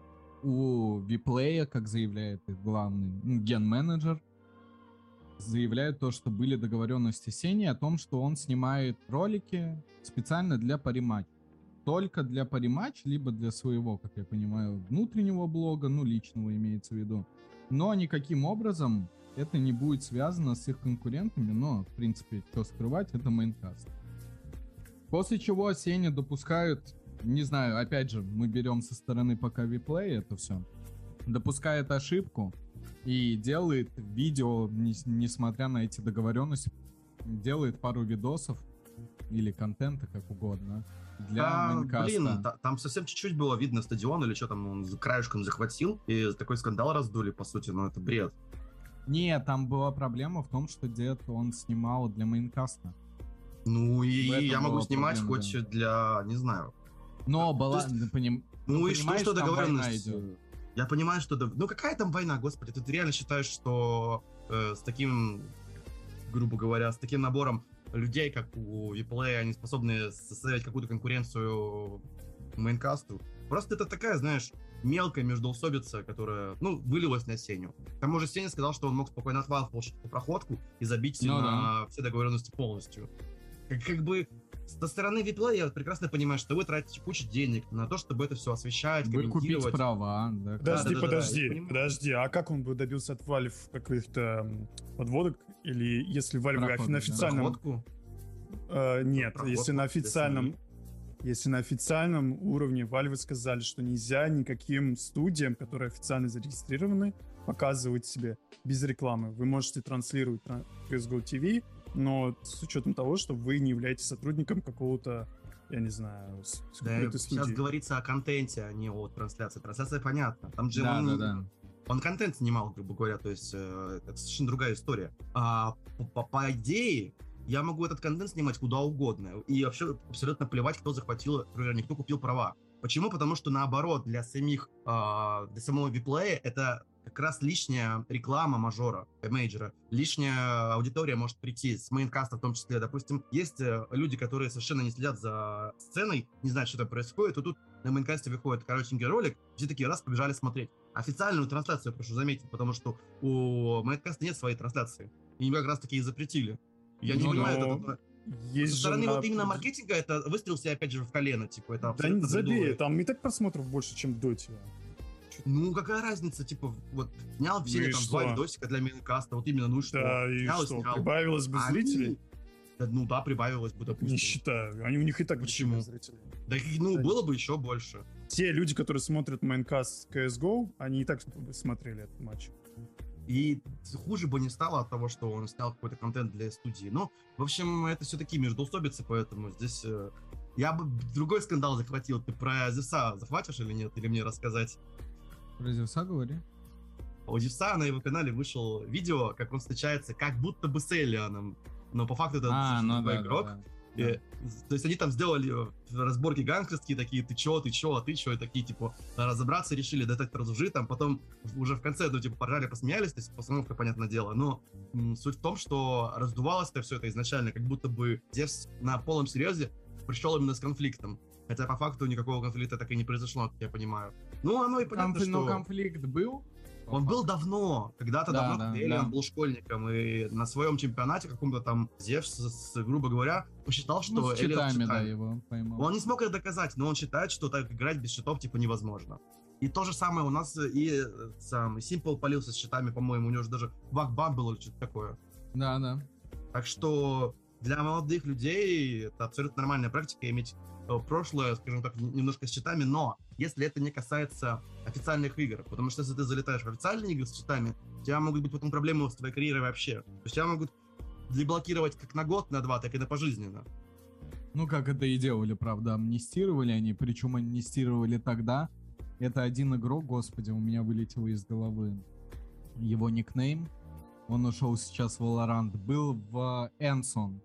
Speaker 1: У Виплея, как заявляет их главный ну, ген-менеджер, заявляет то, что были договоренности Сени о том, что он снимает ролики специально для париматч. Только для париматч, либо для своего, как я понимаю, внутреннего блога, ну, личного имеется в виду. Но никаким образом это не будет связано с их конкурентами, но, в принципе, что скрывать, это мейнкаст. После чего Сеня допускают, не знаю, опять же, мы берем со стороны пока Виплея это все, допускает ошибку и делает видео, не- несмотря на эти договоренности, делает пару видосов или контента, как угодно, для
Speaker 2: Да,
Speaker 1: мейнкаста.
Speaker 2: блин, та- там совсем чуть-чуть было видно стадион или что там, он за краешком захватил, и такой скандал раздули, по сути, ну это бред.
Speaker 1: Не, там была проблема в том, что дед он снимал для мейнкаста.
Speaker 2: Ну и
Speaker 1: В этом
Speaker 2: я могу
Speaker 1: была
Speaker 2: снимать
Speaker 1: проблема,
Speaker 2: хоть для, не знаю.
Speaker 1: Но была,
Speaker 2: есть-
Speaker 1: ты поним-
Speaker 2: Ну,
Speaker 1: ну,
Speaker 2: и что,
Speaker 1: понимаешь,
Speaker 2: что
Speaker 1: там война
Speaker 2: договоренность?
Speaker 1: идет.
Speaker 2: Я понимаю, что... дов- Ну какая там война, господи? Ты реально считаешь, что э, с таким, грубо говоря, с таким набором людей, как у Виплея, они способны составить какую-то конкуренцию мейнкасту? Просто это такая, знаешь, мелкая междоусобица, которая, ну, вылилась на Сеню. К тому же Сеня сказал, что он мог спокойно от вас получить эту проходку и забить
Speaker 1: Ну
Speaker 2: на все договоренности полностью. Как, как бы со стороны Виплея я прекрасно понимаю, что вы тратите кучу денег на то, чтобы это все освещать,
Speaker 1: Вы купить
Speaker 2: комментировать.
Speaker 1: права, да.
Speaker 3: Подожди,
Speaker 2: да, да, да,
Speaker 3: подожди,
Speaker 2: я понимаю.
Speaker 3: подожди. А как он бы добился от Valve каких-то м, подводок? Или если Valve
Speaker 1: Проходок,
Speaker 3: на
Speaker 1: да.
Speaker 3: официальном...
Speaker 2: Проходку.
Speaker 3: Э, нет,
Speaker 2: Проходку
Speaker 3: если на
Speaker 2: для
Speaker 3: официальном...
Speaker 2: семьи.
Speaker 3: если на официальном уровне Valve сказали, что нельзя никаким студиям, которые официально зарегистрированы, показывать себе без рекламы. Вы можете транслировать на си эс го ти ви, но с учетом того, что вы не являетесь сотрудником какого-то, я не знаю, с, с
Speaker 2: Да,
Speaker 3: какой-то
Speaker 2: сейчас
Speaker 3: студии.
Speaker 2: говорится о контенте, а не о трансляции. Трансляция понятна. Там же
Speaker 1: Да,
Speaker 2: он,
Speaker 1: да, да.
Speaker 2: он контент снимал, грубо говоря, то есть э, это совершенно другая история. А по, по, по идее, я могу этот контент снимать куда угодно. И вообще абсолютно плевать, кто захватил, например, кто купил права. Почему? Потому что наоборот, для самих, э, для самого виплея это как раз лишняя реклама мажора, мейджора. Лишняя аудитория может прийти с мейнкаста в том числе. Допустим, есть э, люди, которые совершенно не следят за сценой, не знают, что там происходит, и тут на мейнкасте выходит коротенький ролик, все такие раз побежали смотреть. Официальную трансляцию, прошу заметить, потому что у мейнкаста нет своей трансляции. И им как раз таки и запретили. Я не
Speaker 3: Ну,
Speaker 2: понимаю,
Speaker 3: но
Speaker 2: это,
Speaker 3: есть
Speaker 2: со
Speaker 3: же
Speaker 2: стороны
Speaker 3: на-
Speaker 2: вот именно маркетинга это выстрел себе опять же в колено, типа это
Speaker 3: Да
Speaker 2: абсолютно
Speaker 3: забей,
Speaker 2: бредовое.
Speaker 3: там и так просмотров больше, чем в Доте.
Speaker 2: Ну, какая разница, типа, вот, снял все
Speaker 3: Ну и
Speaker 2: там
Speaker 3: что?
Speaker 2: два видосика для мейнкаста, вот именно, ну и что?
Speaker 3: Да, и
Speaker 2: Снял
Speaker 3: что,
Speaker 2: снял.
Speaker 3: прибавилось бы
Speaker 2: А
Speaker 3: зрителей?
Speaker 2: они- Да, ну да, прибавилось бы, допустим.
Speaker 3: Не считаю. Они, у них и так
Speaker 2: Почему?
Speaker 3: дофига зрителей.
Speaker 2: Да, и, ну,
Speaker 3: Да.
Speaker 2: было бы еще больше.
Speaker 3: Те люди, которые смотрят Майнкаст си эс го, они и так смотрели этот матч.
Speaker 2: И хуже бы не стало от того, что он снял какой-то контент для студии. Ну, в общем, это все-таки междоусобицы, поэтому здесь... э, Я бы другой скандал захватил. Ты про Зевса захватишь или нет? Или мне рассказать?
Speaker 1: Про Зевса говори.
Speaker 2: У Зевса на его канале вышел видео, как он встречается как будто бы с Эллианом. Но по факту это
Speaker 1: А,
Speaker 2: совершенно
Speaker 1: ну
Speaker 2: другой
Speaker 1: да,
Speaker 2: игрок.
Speaker 1: да, да.
Speaker 2: И, то есть они там сделали разборки гангстерские такие, ты чё, ты чё, а ты чё, и такие, типа, разобраться решили, детектор лжи, там потом уже в конце, ну, типа, поржали, посмеялись, то есть постановка, понятное дело, но м, суть в том, что раздувалось-то все это изначально, как будто бы Зевс на полном серьезе пришел именно с конфликтом, хотя по факту никакого конфликта так и не произошло, как я понимаю. Ну, оно и понятно,
Speaker 1: Конфли-
Speaker 2: что...
Speaker 1: Но конфликт был.
Speaker 2: Он был давно, когда-то
Speaker 1: Да,
Speaker 2: давно,
Speaker 1: да,
Speaker 2: когда Элиан
Speaker 1: да.
Speaker 2: был школьником, и на своем чемпионате каком-то там Зевс, с- с, грубо говоря, посчитал, что
Speaker 1: Ну, с
Speaker 2: Элиан
Speaker 1: читами, да,
Speaker 2: читает.
Speaker 1: его поймал.
Speaker 2: Он не смог это доказать, но он считает, что так играть без щитов типа невозможно. И то же самое у нас и э, сам Симпл полился с щитами, по-моему, у него же даже баг-бан был или что-то такое.
Speaker 1: Да, да.
Speaker 2: Так что для молодых людей это абсолютно нормальная практика иметь э, прошлое, скажем так, н- немножко с щитами, но если это не касается официальных игр, потому что если ты залетаешь в официальные игры с щитами, у тебя могут быть потом проблемы с твоей карьерой вообще. То есть тебя могут деблокировать как на год, на два, так и на пожизненно.
Speaker 1: Ну, как это и делали, правда, амнистировали они, причем амнистировали тогда. Это один игрок, господи, у меня вылетело из головы его никнейм. Он ушел сейчас в Valorant, был в Энсон.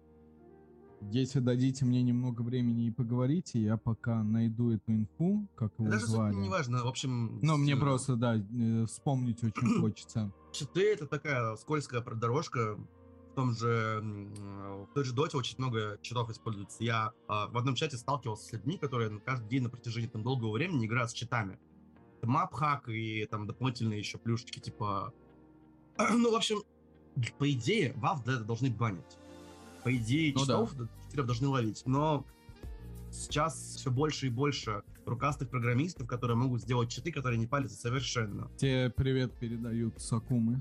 Speaker 1: Если дадите мне немного времени и поговорите, я пока найду эту инфу, как его
Speaker 2: Даже суть
Speaker 1: звали.
Speaker 2: не важно, в общем...
Speaker 1: Но мне
Speaker 2: с-
Speaker 1: просто, да, э, вспомнить очень хочется.
Speaker 2: Щиты — это такая скользкая дорожка. В том же, м, в той же доте очень много щитов используется. Я а, в одном чате сталкивался с людьми, которые на каждый день на протяжении там долгого времени играют с щитами. Мап-хак и там дополнительные еще плюшечки, типа... Ну, в общем, по идее, Valve за это должны банить. По идее,
Speaker 1: Ну да.
Speaker 2: читов читеров должны ловить. Но сейчас все больше и больше рукастых программистов, которые могут сделать читы, которые не палятся совершенно.
Speaker 1: Тебе привет передают Сакумы.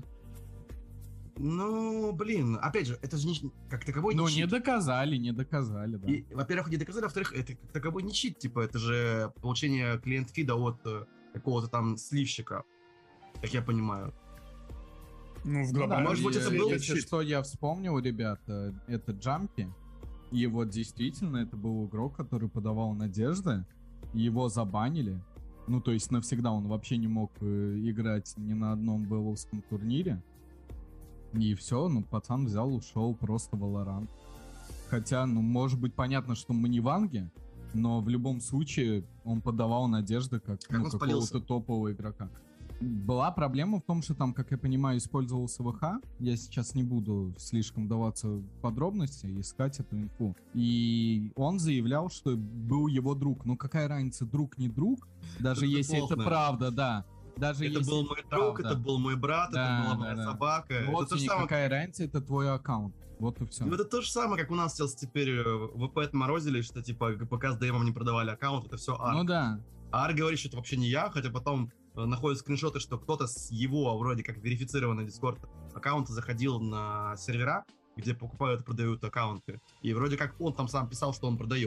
Speaker 2: Ну, блин, опять же, это же не, как таковой
Speaker 1: Ну,
Speaker 2: не
Speaker 1: не
Speaker 2: чит.
Speaker 1: доказали, не доказали, да.
Speaker 2: И, во-первых, не доказали, во-вторых, это как таковой не чит, типа, это же получение клиент-фида от э, какого-то там сливщика, как я понимаю.
Speaker 3: Ну, в
Speaker 1: Ну да,
Speaker 3: глобальном
Speaker 2: может быть, это был
Speaker 1: если
Speaker 3: щит.
Speaker 1: что я вспомнил, ребята, это Джампи. И вот действительно, это был игрок, который подавал надежды. Его забанили. Ну, то есть навсегда он вообще не мог э, играть ни на одном бэловском турнире. И все, ну, пацан взял, ушел просто в Valorant. Хотя, ну, может быть, понятно, что мы не ванги, но в любом случае он подавал надежды как,
Speaker 2: Как
Speaker 1: ну,
Speaker 2: он
Speaker 1: какого-то
Speaker 2: спалился.
Speaker 1: топового игрока. Была проблема в том, что там, как я понимаю, использовался ВХ. Я сейчас не буду слишком даваться в подробности, искать эту инфу. И он заявлял, что был его друг. Ну какая разница, друг не друг? Даже
Speaker 2: Это
Speaker 1: если
Speaker 2: плохо.
Speaker 1: это правда, да. Даже
Speaker 2: Это
Speaker 1: если
Speaker 2: был мой друг,
Speaker 1: правда.
Speaker 2: это был мой брат,
Speaker 1: Да,
Speaker 2: это была
Speaker 1: да,
Speaker 2: моя
Speaker 1: да.
Speaker 2: собака.
Speaker 1: Вот
Speaker 2: это то
Speaker 1: и
Speaker 2: же самое,
Speaker 1: какая разница, это твой аккаунт. Вот и все.
Speaker 2: ну, это то же самое, как у нас сейчас теперь э, ВП отморозили, что типа ГПК с ДМом не продавали аккаунт, это все Арк.
Speaker 1: Ну да.
Speaker 2: А Арк говорит, что это вообще не я, хотя потом э, находят скриншоты, что кто-то с его, вроде как верифицированный Discord аккаунта заходил на сервера, где покупают и продают аккаунты. И вроде как он там сам писал, что он продает.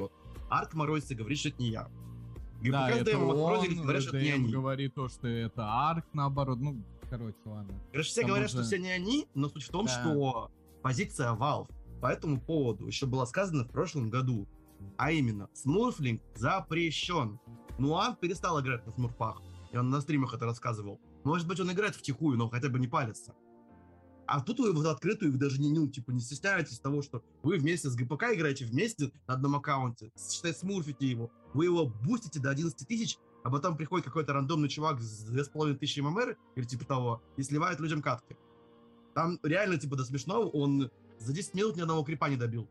Speaker 2: Арк морозится и говорит, что это не я.
Speaker 1: Да,
Speaker 2: ГПК с
Speaker 1: это
Speaker 2: ДМ
Speaker 1: он,
Speaker 2: отморозились, говорят, что это не
Speaker 1: ДМ
Speaker 2: они.
Speaker 1: говорит то, что это Арк, наоборот, ну, короче, ладно.
Speaker 2: Короче, все
Speaker 1: Там
Speaker 2: говорят,
Speaker 1: уже-
Speaker 2: что все не они, но суть в том,
Speaker 1: Да.
Speaker 2: что позиция Valve по этому поводу еще была сказана в прошлом году. А именно, смурфлинг запрещен. Нуан перестал играть на смурфах, и он на стримах это рассказывал. Может быть, он играет втихую, но хотя бы не палится. А тут вы в открытую, вы даже не, ну, типа, не стесняетесь того, что вы вместе с ГПК играете вместе на одном аккаунте, считай, смурфите его, вы его бустите до одиннадцати тысяч, а потом приходит какой-то рандомный чувак с две с половиной тысячи ММР, или типа того, и сливает людям катки. Там реально, типа, до смешного, он за десять минут ни одного крипа не добил.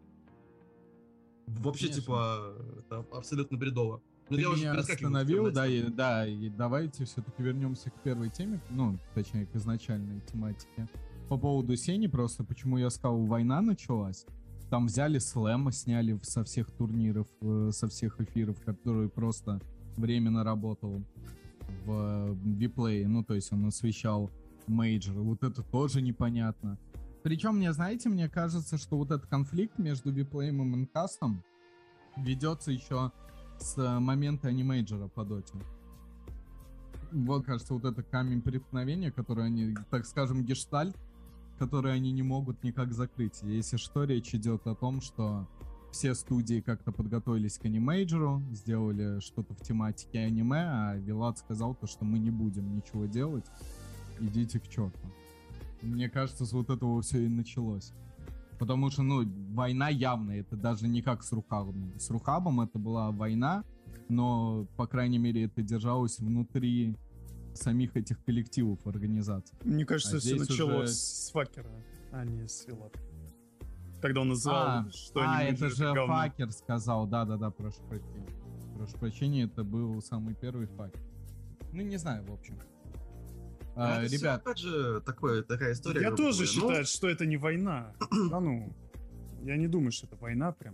Speaker 2: Вообще,
Speaker 1: Конечно.
Speaker 2: типа, это абсолютно бредово. Но
Speaker 1: Ты
Speaker 2: я уже
Speaker 1: меня
Speaker 2: перескакиваю
Speaker 1: остановил,
Speaker 2: на
Speaker 1: да,
Speaker 2: тему.
Speaker 1: и, да, и давайте все-таки вернемся к первой теме, ну, точнее, к изначальной тематике. По поводу Сени просто, почему я сказал, война началась. Там взяли Слэма, сняли со всех турниров, э, со всех эфиров, который просто временно работал в виплее, ну, то есть он освещал мейджор. Вот это тоже непонятно. Причем, мне, знаете, мне кажется, что вот этот конфликт между виплеем и мейнкастом ведется еще с момента анимейджора по доте. Вот, кажется, вот это камень преткновения, который они, так скажем, гештальт, который они не могут никак закрыть. Если что, речь идет о том, что все студии как-то подготовились к анимейджору, сделали что-то в тематике аниме, а Вилат сказал то, что мы не будем ничего делать, идите к черту. Мне кажется, с вот этого все и началось. Потому что, ну, война явная, это даже не как с Рухабом. С Рухабом это была война, но, по крайней мере, это держалось внутри самих этих коллективов организаций.
Speaker 3: Мне кажется,
Speaker 1: А
Speaker 3: все
Speaker 1: здесь
Speaker 3: началось
Speaker 1: уже-
Speaker 3: с Факера, а не с Вилата. Когда он называл,
Speaker 1: А,
Speaker 3: что
Speaker 1: а,
Speaker 3: они
Speaker 1: это же
Speaker 3: говно.
Speaker 1: Факер сказал, да-да-да, прошу прощения. Прошу прощения, это был самый первый Факер. Ну, не знаю, в общем. А,
Speaker 2: Это всё,
Speaker 1: ребят,
Speaker 2: опять же, такое, такая история.
Speaker 3: Я
Speaker 2: грубо
Speaker 3: тоже
Speaker 2: говоря. Ну,
Speaker 3: считаю, что это не война. Да ну, я не думаю, что это война прям.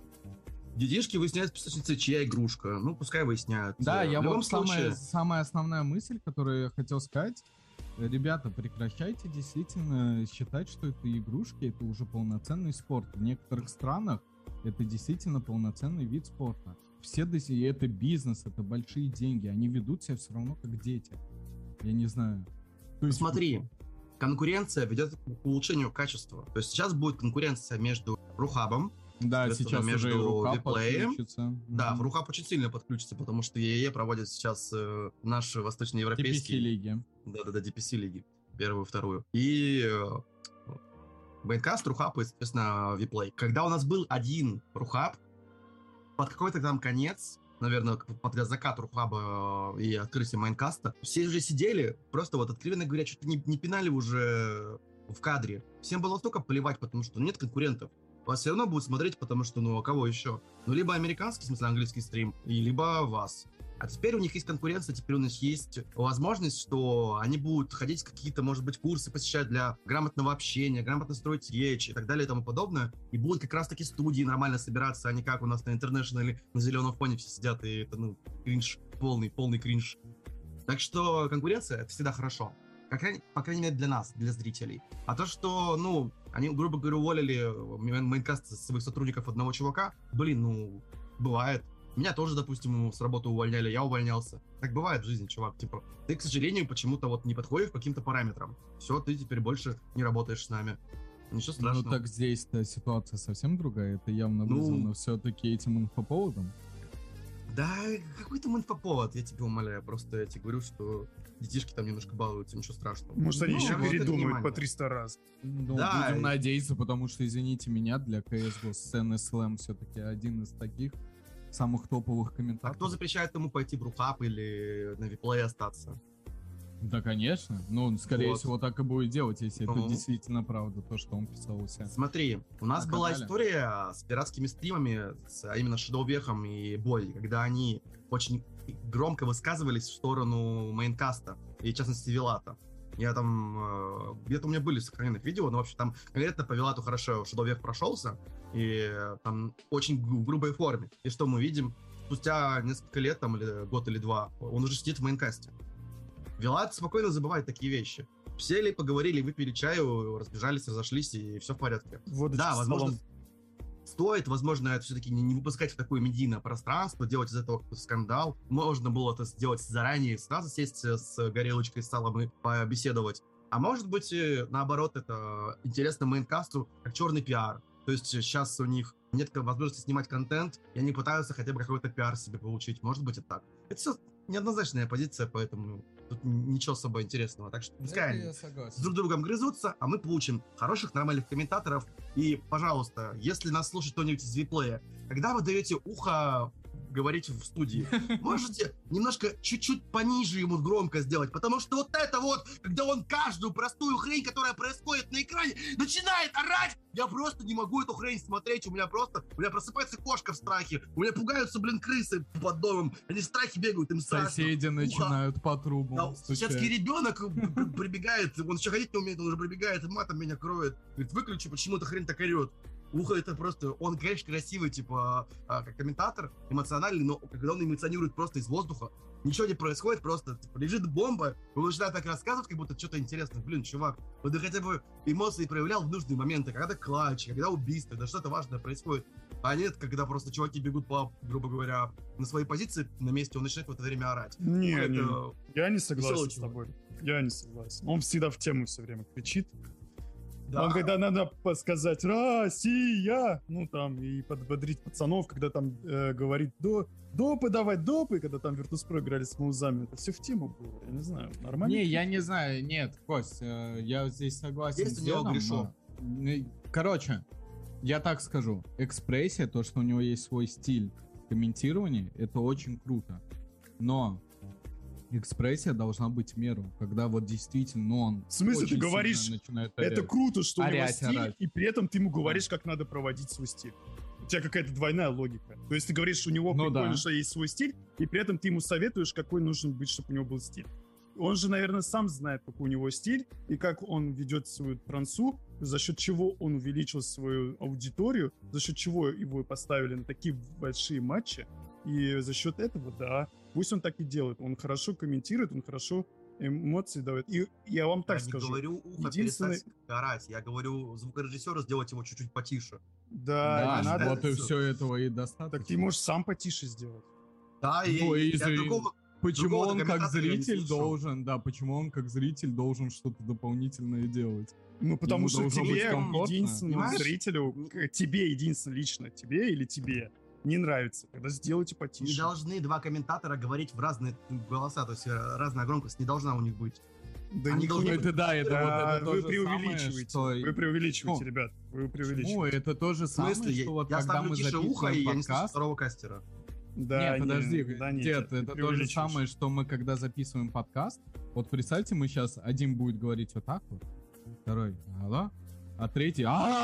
Speaker 2: Детишки выясняют песочницы, чья игрушка. Ну, пускай выясняют.
Speaker 1: да,
Speaker 2: Э,
Speaker 1: я
Speaker 2: в любом
Speaker 1: вот самая,
Speaker 2: случае,
Speaker 1: самая основная мысль, которую я хотел сказать. Ребята, прекращайте действительно считать, что это игрушки, это уже полноценный спорт. В некоторых странах это действительно полноценный вид спорта. Все до сих- это бизнес, это большие деньги. Они ведут себя все равно как дети. Я не знаю. То есть-
Speaker 2: смотри, конкуренция ведет к улучшению качества. То есть сейчас будет конкуренция между Рухабом.
Speaker 1: Да,
Speaker 2: соответственно,
Speaker 1: сейчас уже и
Speaker 2: между
Speaker 1: рука
Speaker 2: виплеем.
Speaker 1: подключится.
Speaker 2: Да,
Speaker 1: Мгм.
Speaker 2: в Рухаб очень сильно подключится, потому что ЕЕ проводит сейчас э, наши
Speaker 1: ди пи си
Speaker 2: восточноевропейские...
Speaker 1: лиги.
Speaker 2: Да-да-да, ди пи си лиги. Первую, вторую. И Бейнкаст, Рухаб и, соответственно, Виплей. Когда у нас был один Рухаб, под какой-то там конец, наверное, под закат Рухаба э, и открытие Майнкаста, все уже сидели, просто вот откровенно говоря, что-то не, не пинали уже в кадре. Всем было столько плевать, потому что нет конкурентов. Вас все равно будут смотреть, потому что, ну, а кого еще? Ну, либо американский, в смысле, английский стрим, и либо вас. А теперь у них есть конкуренция, теперь у них есть возможность, что они будут ходить какие-то, может быть, курсы посещать для грамотного общения, грамотно строить речь и так далее и тому подобное. И будут как раз-таки студии нормально собираться, а не как у нас на интернешнале на зеленом фоне все сидят, и это, ну, кринж, полный, полный кринж. Так что конкуренция — это всегда хорошо. Как, по крайней мере, для нас, для зрителей. А то, что, ну, они, грубо говоря, уволили Майнкаст с своих сотрудников одного чувака, блин, ну, бывает. Меня тоже, допустим, с работы увольняли, я увольнялся. Так бывает в жизни, чувак. Типа, ты, к сожалению, почему-то вот не подходишь к каким-то параметрам. Все, ты теперь больше не работаешь с нами. Ничего страшного.
Speaker 1: Ну так здесь-то ситуация совсем другая. Это явно
Speaker 2: Ну,
Speaker 1: вызвано все-таки этим инфоповодом.
Speaker 2: Да, какой там инфоповод, я тебя умоляю. Просто я тебе говорю, что детишки там немножко балуются, ничего страшного.
Speaker 3: Может, они
Speaker 2: Ну,
Speaker 3: еще
Speaker 2: обратите
Speaker 3: передумают
Speaker 2: внимание.
Speaker 3: по триста раз.
Speaker 1: Ну,
Speaker 2: Да,
Speaker 1: будем
Speaker 2: и-
Speaker 1: надеяться, потому что, извините меня, для си эс го сцены слэм все-таки один из таких самых топовых
Speaker 2: А
Speaker 1: комментаторов.
Speaker 2: кто запрещает ему пойти в Рухаб или на Виплей остаться?
Speaker 1: Да, конечно. Ну, скорее
Speaker 2: Вот.
Speaker 1: всего, так и будет делать, если
Speaker 2: Ну.
Speaker 1: это действительно правда, то, что он писал у себя.
Speaker 2: Смотри, у нас
Speaker 1: На
Speaker 2: была
Speaker 1: канале.
Speaker 2: история с пиратскими стримами, с, а именно Шадоувехом и Бой, когда они очень громко высказывались в сторону мейнкаста, и в частности Вилата. Я там, э, где-то у меня были сохраненных видео, но, в общем, там конкретно по Вилату хорошо Шадоувех прошелся, и э, там очень гру- в грубой форме. И что мы видим? Спустя несколько лет, там, или год или два, он уже сидит в мейнкасте. Вилат спокойно забывает такие вещи. Сели, поговорили, выпили чаю, разбежались, разошлись, и все в порядке.
Speaker 3: Водочки
Speaker 2: Да,
Speaker 3: с
Speaker 2: возможно,
Speaker 3: столом.
Speaker 2: стоит, возможно, это все-таки не, не выпускать в такое медийное пространство, делать из этого скандал. Можно было это сделать заранее, сразу сесть с горелочкой, с салом и побеседовать. А может быть, наоборот, это интересно мейнкасту, как черный пиар. То есть сейчас у них нет возможности снимать контент, и они пытаются хотя бы какой-то пиар себе получить. Может быть, это так. Это все неоднозначная позиция, поэтому тут ничего особо интересного. Так что пускай они с друг другом грызутся, а мы получим хороших, нормальных комментаторов. И, пожалуйста, если нас слушает кто-нибудь из виплея, когда вы даете ухо говорить в студии, можете немножко чуть-чуть пониже ему громко сделать, потому что вот это вот, когда он каждую простую хрень, которая происходит на экране, начинает орать, я просто не могу эту хрень смотреть, у меня просто, у меня просыпается кошка в страхе, у меня пугаются, блин, крысы под домом, они в страхе бегают, им страшно.
Speaker 1: Соседи начинают по трубам
Speaker 2: да, соседский ребенок прибегает, он еще ходить не умеет, он уже прибегает и матом меня кроет, говорит, выключи, почему эта хрень так орет. Ухо это просто, он, конечно, красивый, типа, а, как комментатор, эмоциональный, но когда он эмоционирует просто из воздуха, ничего не происходит, просто типа, лежит бомба, он начинает так рассказывать, как будто что-то интересное. Блин, чувак, вот ты хотя бы эмоции проявлял в нужные моменты, когда клатч, когда убийство, да что-то важное происходит. А нет, когда просто чуваки бегут по, грубо говоря, на свои позиции на месте, он начинает в это время орать.
Speaker 3: Не,
Speaker 2: ну,
Speaker 3: не,
Speaker 2: это...
Speaker 3: я не согласен с тобой. Я не согласен. Он всегда в тему все время кричит. Да. Он, когда надо сказать «Россия», ну там, и подбодрить пацанов, когда там э, говорит «До, допы давать, допы», когда там Virtus.pro играли с маузами, это все в тему было, я не знаю, нормально?
Speaker 1: Не, я не знаю, нет, Кость, э, я здесь согласен
Speaker 2: есть
Speaker 1: с
Speaker 2: у него
Speaker 1: дедом,
Speaker 2: грешок.
Speaker 1: Но... Короче, я так скажу, экспрессия, то, что у него есть свой стиль комментирования, это очень круто, но... экспрессия должна быть в меру, когда вот действительно, ну, он...
Speaker 3: В смысле, ты говоришь, это круто, что у него стиль, орать. И при этом ты ему говоришь, как надо проводить свой стиль. У тебя какая-то двойная логика. То есть ты говоришь, что у него ну, прикольно, да. что есть свой стиль, и при этом ты ему советуешь, какой нужен быть, чтобы у него был стиль. Он же, наверное, сам знает, какой у него стиль, и как он ведет свою трансу, за счет чего он увеличил свою аудиторию, за счет чего его поставили на такие большие матчи, и за счет этого, да, пусть он так и делает. Он хорошо комментирует, он хорошо эмоции дает. И я вам так
Speaker 2: я
Speaker 3: скажу.
Speaker 2: Я не говорю ухо единственный... перестать орать, я говорю звукорежиссера сделать его чуть-чуть потише.
Speaker 3: Да,
Speaker 1: да
Speaker 3: не надо.
Speaker 1: Вот и все этого и достаточно.
Speaker 3: Так ты можешь сам потише сделать.
Speaker 2: Да, ну, и, и я другого...
Speaker 1: Почему он как зритель должен, да, почему он как зритель должен что-то дополнительное делать?
Speaker 3: Ну, потому Ему что тебе, единственному зрителю, тебе единственно лично, тебе или тебе, не нравится, когда сделайте потише.
Speaker 2: Не должны два комментатора говорить в разные голоса, то есть разная громкость не должна у них быть.
Speaker 3: Да Они должны...
Speaker 1: это да, это,
Speaker 3: да,
Speaker 1: вот, это
Speaker 3: вы преувеличиваете,
Speaker 1: самое, что...
Speaker 3: вы преувеличиваете, ну, ребят, вы преувеличиваете.
Speaker 1: Ну, это то же самое,
Speaker 2: смысле,
Speaker 1: что вот
Speaker 2: я
Speaker 1: когда мы записываем
Speaker 2: ухо, и
Speaker 1: подкаст...
Speaker 2: я не слышу второго кастера.
Speaker 1: Да, нет, подожди, да, нет, дед, это то же самое, что мы когда записываем подкаст. Вот представьте, мы сейчас один будет говорить вот так вот, второй алло, а третий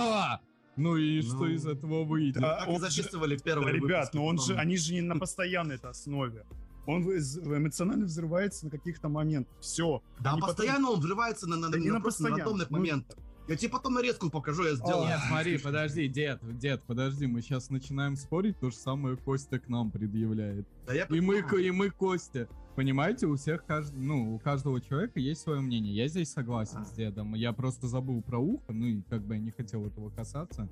Speaker 1: а ну и ну, что из этого выйдет?
Speaker 2: Да, он записывали в первом
Speaker 3: да, ребят, но он же, они же не на постоянной основе. Он эмоционально взрывается на каких-то моментах. Все.
Speaker 2: Да, постоянно потом... он взрывается на, на, да на, на, на рандомных ну... моментах. Я тебе потом нарезку покажу, я сделаю.
Speaker 1: Нет, смотри, подожди, дед, дед, подожди, мы сейчас начинаем спорить, то же самое Костя к нам предъявляет.
Speaker 2: Да я
Speaker 1: и, мы, и мы Костя. Понимаете, у всех, кажд... ну, у каждого человека есть свое мнение. Я здесь согласен а. с дедом. Я просто забыл про ухо, ну и как бы я не хотел этого касаться.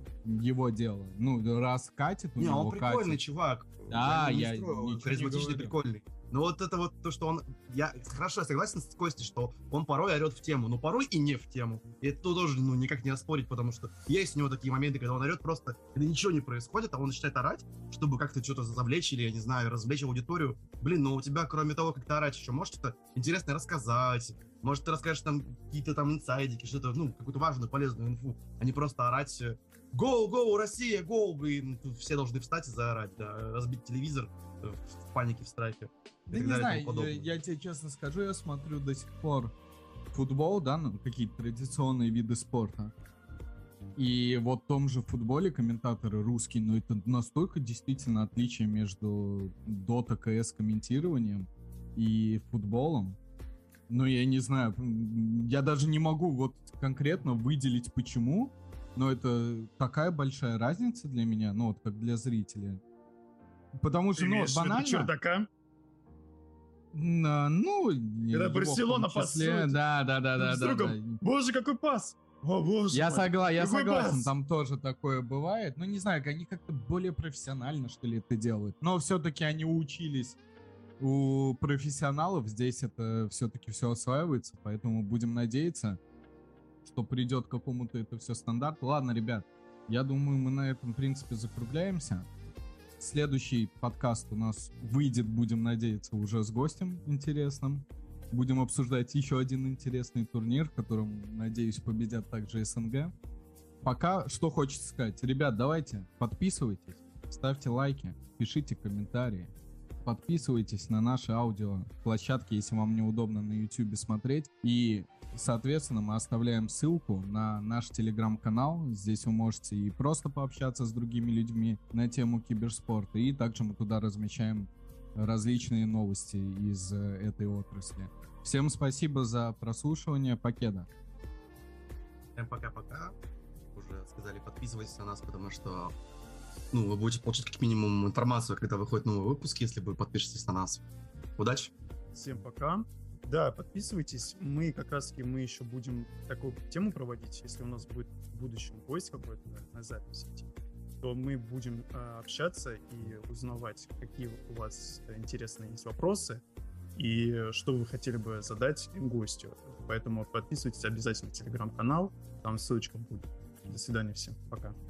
Speaker 1: Его дело. Ну, раз катит, у
Speaker 2: не,
Speaker 1: него
Speaker 2: он прикольный
Speaker 1: катит.
Speaker 2: чувак.
Speaker 1: Да, я,
Speaker 2: я он харизматичный, прикольный. Но вот это вот то, что он... Я хорошо я согласен с Костей, что он порой орет в тему, но порой и не в тему. И это тоже, ну, никак не оспорить, потому что есть у него такие моменты, когда он орет просто, когда ничего не происходит, а он начинает орать, чтобы как-то что-то завлечь или, я не знаю, развлечь аудиторию. Блин, ну у тебя, кроме того, как ты орать, еще можешь что-то интересное рассказать, может, ты расскажешь там какие-то там инсайдики, что-то, ну, какую-то важную, полезную инфу, а не просто орать «Гоу, гоу, Россия, гоу!» И ну, все должны встать и заорать, да, разбить телевизор в панике, в страхе.
Speaker 1: Да не знаю, я, я тебе честно скажу, я смотрю до сих пор футбол, да, ну, какие-то традиционные виды спорта. И вот в том же футболе комментаторы русские, но это настолько действительно отличие между Dota си эс комментированием и футболом. Ну, я не знаю, я даже не могу вот конкретно выделить почему, но это такая большая разница для меня, ну, вот как для зрителя. Потому что, ну, банально...
Speaker 3: Чердака?
Speaker 1: На, ну,
Speaker 3: когда Барселона пасует.
Speaker 1: Да, да, да, да,
Speaker 3: с
Speaker 1: да,
Speaker 3: другом.
Speaker 1: да.
Speaker 3: Боже, какой пас! О, боже
Speaker 1: Я,
Speaker 3: мой.
Speaker 1: согла... я
Speaker 3: Какой
Speaker 1: согласен,
Speaker 3: бас!
Speaker 1: там тоже такое бывает. Ну, не знаю, они как-то более профессионально, что ли, это делают. Но все-таки они учились у профессионалов. Здесь это все-таки все осваивается, поэтому будем надеяться, что придет к какому-то это все стандарту. Ладно, ребят, я думаю, мы на этом, в принципе, закругляемся. Следующий подкаст у нас выйдет, будем надеяться, уже с гостем интересным. Будем обсуждать еще один интересный турнир, в котором, надеюсь, победят также СНГ. Пока что хочется сказать. Ребят, давайте, подписывайтесь, ставьте лайки, пишите комментарии. Подписывайтесь на наши аудиоплощадки, если вам неудобно на YouTube смотреть. И, соответственно, мы оставляем ссылку на наш телеграм-канал. Здесь вы можете и просто пообщаться с другими людьми на тему киберспорта. И также мы туда размещаем различные новости из этой отрасли. Всем спасибо за прослушивание. Покеда.
Speaker 2: Всем пока-пока. Уже сказали, подписывайтесь на нас, потому что ну, вы будете получать как минимум информацию, когда выходит новый выпуск, если вы подпишетесь на нас. Удачи!
Speaker 3: Всем пока. Да, подписывайтесь. Мы как раз таки мы еще будем такую тему проводить. Если у нас будет в будущем гость какой-то на записи, то мы будем э, общаться и узнавать, какие у вас интересные есть вопросы и что вы хотели бы задать гостю. Поэтому подписывайтесь обязательно на телеграм-канал, там ссылочка будет. До свидания всем, пока.